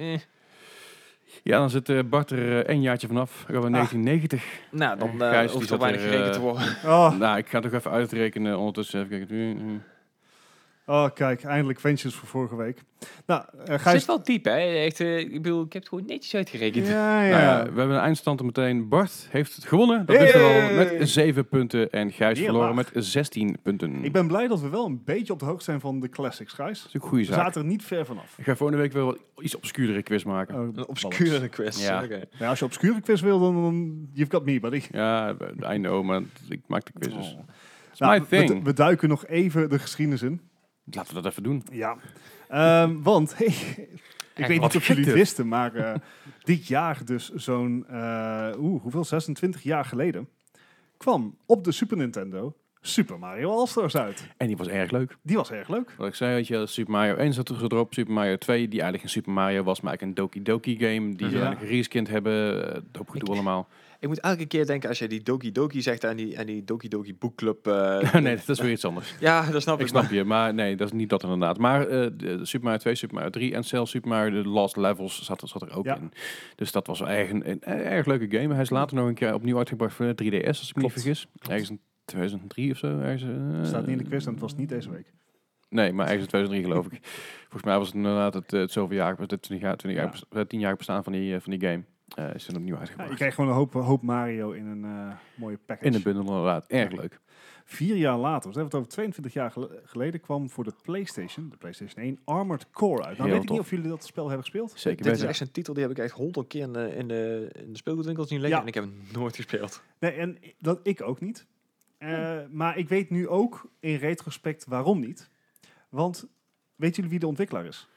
Ja, dan zit Bart er een jaartje vanaf. Dan gaan we 1990. Nou, dan Gijs, die hoeft er zat weinig er, gerekend te worden. Oh, Nou, ik ga toch even uitrekenen ondertussen. Even kijken. oh, kijk, eindelijk Ventures voor vorige week. Nou, Het Gijs... zit wel diep, hè? Echt, ik bedoel, ik heb het gewoon netjes uitgerekend. Ja, Nou ja. ja, we hebben een eindstand er meteen. Bart heeft het gewonnen. Dat is er al Hey! met 7 punten. En Gijs Heel verloren laag. met 16 punten. Ik ben blij dat we wel een beetje op de hoogte zijn van de classics, Gijs. Dat is een goede We zaak. zaten er niet ver vanaf. Ik ga volgende week wel iets obscuurdere quiz maken. Een obscure quiz. Ja. Oké. Ja, als je obscure quiz wil, dan you've got me, buddy. Ja, I know, maar ik maak de quizzes. Oh. It's Nou, my thing. we duiken nog even de geschiedenis in. Laten we dat even doen. Ja. Want, hey, ik weet wat niet of jullie gek het dit. wisten, maar dit jaar dus zo'n, hoeveel, 26 jaar geleden, kwam op de Super Nintendo Super Mario All-Stars uit. En die was erg leuk. Die was erg leuk. Wat ik zei, weet je, Super Mario 1 zat er zo erop. Super Mario 2, die eigenlijk een Super Mario was, maar eigenlijk een Doki Doki game. Die ze Ja. eigenlijk gereskind hebben. Doop gedoe allemaal. Ik moet elke keer denken als je die Doki Doki zegt en die Doki Doki boekclub. Nee, dat is weer iets anders. Ja, dat snap ik. Ik snap je, maar nee, dat is niet dat inderdaad. Maar de Super Mario 2, Super Mario 3 en zelfs Super Mario The Lost Levels zat er ook Ja. in. Dus dat was wel een erg leuke game. Hij is later nog een keer opnieuw uitgebracht voor de 3DS, als ik me niet Klopt. vergis. Ergens in 2003 of zo. Ergens, Staat niet in de quiz en het was niet deze week. Nee, maar ergens in 2003 geloof ik. Volgens mij was het inderdaad het zoveel jaar, het 10 jaar bestaan van die game. Is er opnieuw Ja, uitgebracht. je krijgt gewoon een hoop Mario in een mooie package. In de bundel inderdaad. Erg leuk. 4 jaar later, dus we hebben het over 22 jaar geleden, kwam voor de PlayStation 1, Armored Core uit. Nou Heel weet ik tof. niet of jullie dat spel hebben gespeeld. Zeker Dit is weten. echt een titel die heb ik echt 100 keer in de speelgoedwinkel zien liggen Ja. en ik heb hem nooit gespeeld. Nee, en dat ik ook niet. Maar ik weet nu ook in retrospect waarom niet. Want weten jullie wie de ontwikkelaar is?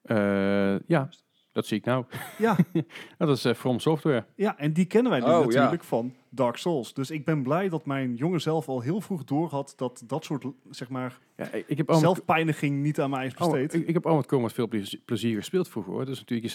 Ja, dat zie ik nou. Ja, Dat is From Software. ja, en die kennen wij nu Oh, natuurlijk van Dark Souls. Dus ik ben blij dat mijn jongen zelf al heel vroeg doorhad dat soort, zeg maar, Ja, ik heb allemaal zelfpijniging niet aan mij is besteed. ik heb Armored Core met veel plezier gespeeld vroeger hoor. Dus natuurlijk,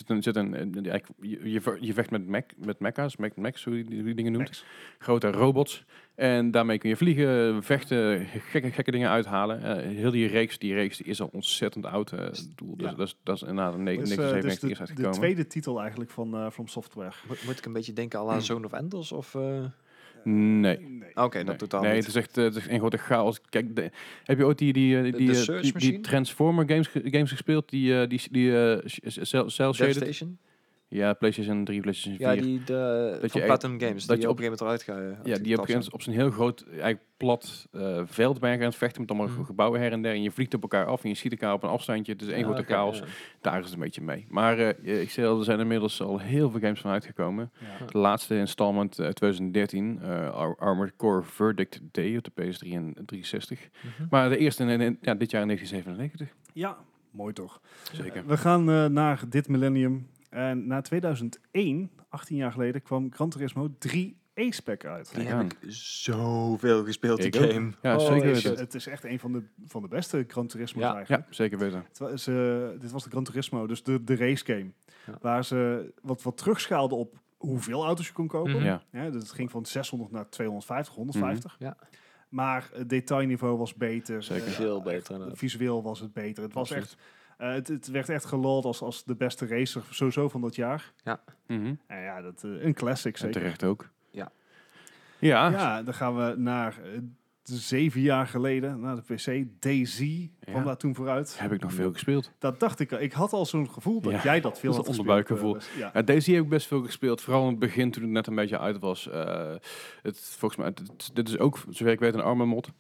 je vecht met mecha's, mechs, hoe je die dingen noemt. Max. Grote robots. En daarmee kun je vliegen, vechten, gekke dingen uithalen. Heel die reeks die is al ontzettend oud. Dus Ja. dat is inderdaad een Dus, 1997 eerst de uitgekomen. tweede titel eigenlijk van From Software. Moet ik een beetje denken à la Zone of Enders? Of, Nee. Oké, Nee. dat totaal Nee, niet. het is echt een grote chaos. Kijk, heb je ooit die Search Machine? Transformer games gespeeld? Die cel shaded? Devstation? Ja, PlayStation 3, PlayStation 4. Ja, die de, Dat van je Platinum Games, dat die je op een gegeven moment eruit gaan. Ja, die op een op zijn heel groot, eigenlijk plat veld bij aan het vechten met allemaal Mhm. gebouwen her en der. En je vliegt op elkaar af en je ziet elkaar op een afstandje. Het is één grote chaos. Daar is het een beetje mee. Maar ik zei al, er zijn inmiddels al heel veel games van uitgekomen. Ja. De laatste installment 2013, Armored Core Verdict Day op de PS3 en 360. Maar de eerste dit jaar in 1997. Ja, mooi toch. Zeker. We gaan naar dit millennium. En na 2001, 18 jaar geleden, kwam Gran Turismo 3 A-Spec uit. Die Ja. heb ik zoveel gespeeld, die Ik ook. game. Ja, Oh, zeker het is- weten. Het is echt een van de beste Gran Turismo's Ja. eigenlijk. Ja, zeker weten. Dit was de Gran Turismo, dus de race game. Ja. Waar ze wat terugschaalden op hoeveel auto's je kon kopen. Mhm. Ja. Ja, dus het ging van 600 naar 250, 150. Ja. Maar het detailniveau was beter. Zeker. Veel beter, inderdaad. Visueel was het beter. Het was Absoluut. echt... het werd echt geluld als de beste racer sowieso van dat jaar. Mhm. En ja, een classic En zeker. terecht ook. Ja. Ja. Ja, dan gaan we naar 7 jaar geleden, naar de PC. DayZ kwam daar toen vooruit. Heb ik nog veel gespeeld. Dat dacht ik al. Ik had al zo'n gevoel dat Ja, jij dat veel dat had is een gespeeld. onderbuikgevoel. Ja. Ja, deze heb ik best veel gespeeld. Vooral in het begin toen het net een beetje uit was. Volgens mij, dit is ook, zover ik weet, een armor mod.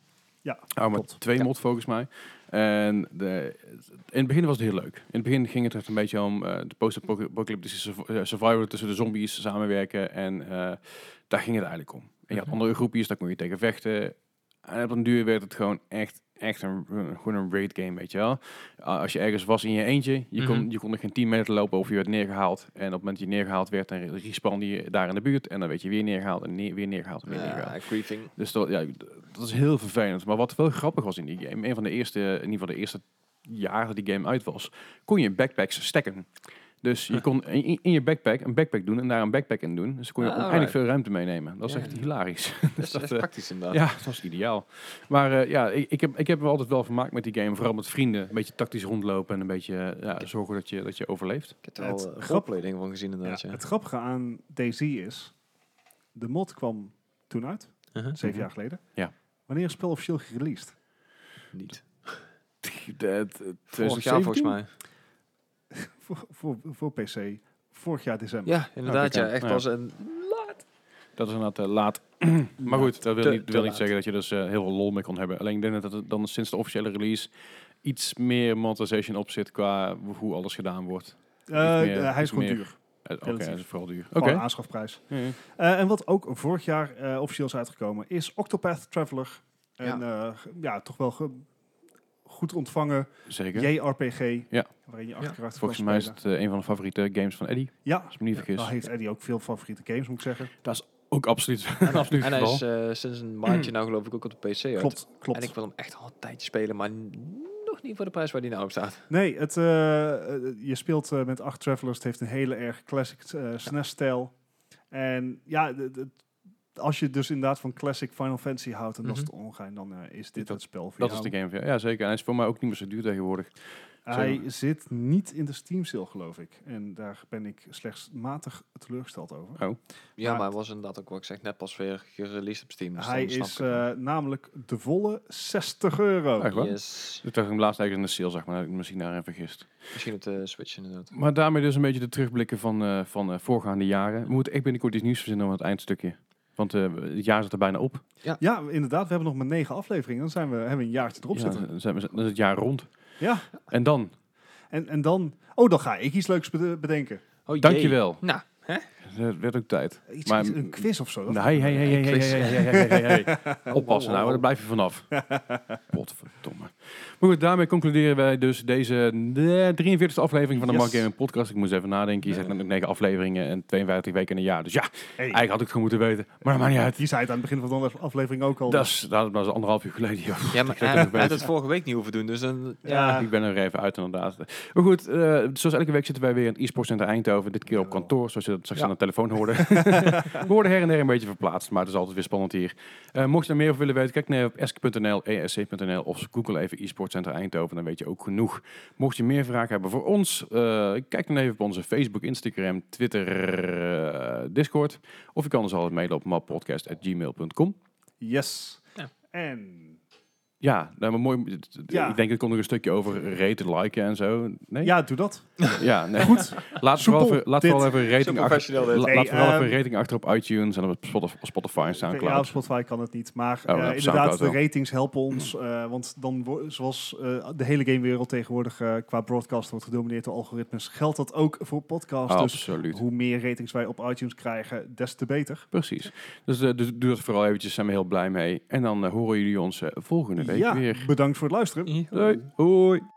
Ja, Maar klopt. 2 Ja. mod volgens mij. En in het begin was het heel leuk. In het begin ging het echt een beetje om de post-apocalyptische survival tussen de zombies samenwerken. En daar ging het eigenlijk om. En je had andere groepjes, daar kon je tegen vechten. En op een duur werd het gewoon echt gewoon een raid game, weet je wel. Als je ergens was in je eentje, je kon er geen 10 meter lopen of je werd neergehaald. En op het moment dat je neergehaald werd, dan respawnde je daar in de buurt. En dan werd je weer neergehaald en weer neergehaald en weer neergehaald. griefing. Dus dat is heel vervelend. Maar wat wel grappig was in die game, een van de eerste, in ieder geval de eerste jaren dat die game uit was, kon je backpacks stacken. Dus je kon in je backpack een backpack doen en daar een backpack in doen. Dus kon je oneindig veel ruimte meenemen. Dat is echt hilarisch. Dat is echt praktisch inderdaad. Ja, dat was ideaal. Maar ik heb me altijd wel vermaakt met die game. Vooral met vrienden. Een beetje tactisch rondlopen en een beetje zorgen dat je overleeft. Ik heb er wel Het roleplay dingen van gezien Ja, inderdaad. Ja. het grappige aan DayZ is, de mod kwam toen uit, 7 jaar geleden. Ja. Wanneer is het spel officieel gereleased? Niet. Vorig jaar volgens mij. Voor PC, vorig jaar december. Ja, inderdaad. Oké, Ja, echt ja. pas een... Dat is inderdaad laat. Maar goed, dat wil Te niet laat. zeggen dat je dus heel veel lol mee kon hebben. Alleen ik denk dat er dan sinds de officiële release iets meer monetization op zit qua hoe alles gedaan wordt. Hij is gewoon meer- duur. Oké, Relatief. dat is vooral duur. Gewoon Oké. aanschafprijs. Ja, ja. En wat ook vorig jaar officieel is uitgekomen, is Octopath Traveler. En toch wel goed ontvangen Zeker. JRPG. Ja. Waarin je achterkracht Volgens mij is het een van de favoriete games van Eddie. Ja, Als ik me niet vergis. nou heeft Eddie ook veel favoriete games, moet ik zeggen. Ook absoluut. absoluut En hij geval. is sinds een maandje nou geloof ik ook op de PC uit. Klopt. En ik wil hem echt al een tijdje spelen, maar nog niet voor de prijs waar die nou op staat. Nee, je speelt met 8 travelers. Het heeft een hele erg classic SNES-stijl. En ja, als je dus inderdaad van classic Final Fantasy houdt en dat is het ongein, dan is dit het spel voor Dat jou. is de game. Ja, zeker. En hij is voor mij ook niet meer zo duur tegenwoordig. Hij zit niet in de Steam sale, geloof ik. En daar ben ik slechts matig teleurgesteld over. Oh. Ja, Maar- maar hij was inderdaad ook wat ik zeg net pas weer gereleased op Steam. Dus Hij dan snap is ik het. namelijk de volle €60. Echt waar? Yes. Ik dacht hem laatst eigenlijk in de sale, zeg maar. Dat ik me misschien daarin vergist. Misschien op de Switch inderdaad. Maar daarmee dus een beetje de terugblikken van voorgaande jaren. We moeten echt binnenkort iets nieuws verzinnen over het eindstukje. Want het jaar zit er bijna op. Ja, inderdaad. We hebben nog maar 9 afleveringen. Dan hebben we een jaartje erop Ja, zitten. dan is het jaar rond. Ja, En dan, en dan... Oh, dan ga ik iets leuks bedenken. Oh, dankjewel. Nou, hè? Het werd ook tijd. Iets, Maar- een quiz of zo. Nee, hey. Oppassen nou, daar blijf je vanaf. Potverdomme. Maar goed, daarmee concluderen wij dus deze 43e aflevering van de Yes. Mark Gaming Podcast. Ik moest even nadenken. Je zegt net 9 afleveringen en 52 weken in een jaar. Dus ja, eigenlijk had ik het gewoon moeten weten. Maar dat maakt niet uit. Je zei het aan het begin van de aflevering ook al. Dat is 1,5 uur geleden. joh. Ja, maar Ik weet hij het nog had beter. het vorige week niet hoeven doen, dus dan... Ja. Ik ben er even uit inderdaad. Maar goed, zoals elke week zitten wij weer in het e-sport center Eindhoven. Dit keer op Jawel. kantoor, zoals je dat straks Ja. aan de telefoon hoorde. We worden her en der een beetje verplaatst, maar het is altijd weer spannend hier. Mocht je er meer over willen weten, kijk naar op esk.nl, esc.nl of google even e-sport center Eindhoven, dan weet je ook genoeg. Mocht je meer vragen hebben voor ons, kijk dan even op onze Facebook, Instagram, Twitter, Discord. Of je kan ons altijd mailen op mappodcast@gmail.com. Yes. Ja. En... Ja, nou, maar mooi. Ja. Ik denk ik kon nog een stukje over raten, liken en zo. Nee? Ja, doe dat. Ja, nee. Goed. Laat Soepel, vooral dit. even een rating Zo professioneel achter. dit. Nee, Laat vooral even een ehm, rating achter op iTunes en op Spotify en Ja, SoundCloud. op Spotify kan het niet. Maar op inderdaad, Soundcloud de wel. ratings helpen ons. Want dan, zoals de hele gamewereld tegenwoordig qua broadcast wordt gedomineerd door algoritmes, geldt dat ook voor podcasts. Dus Absoluut. hoe meer ratings wij op iTunes krijgen, des te beter. Precies. Dus doe dat vooral eventjes. Zijn we heel blij mee. En dan horen jullie ons volgende week Ja, weer. bedankt voor het luisteren. Doei. Hoi.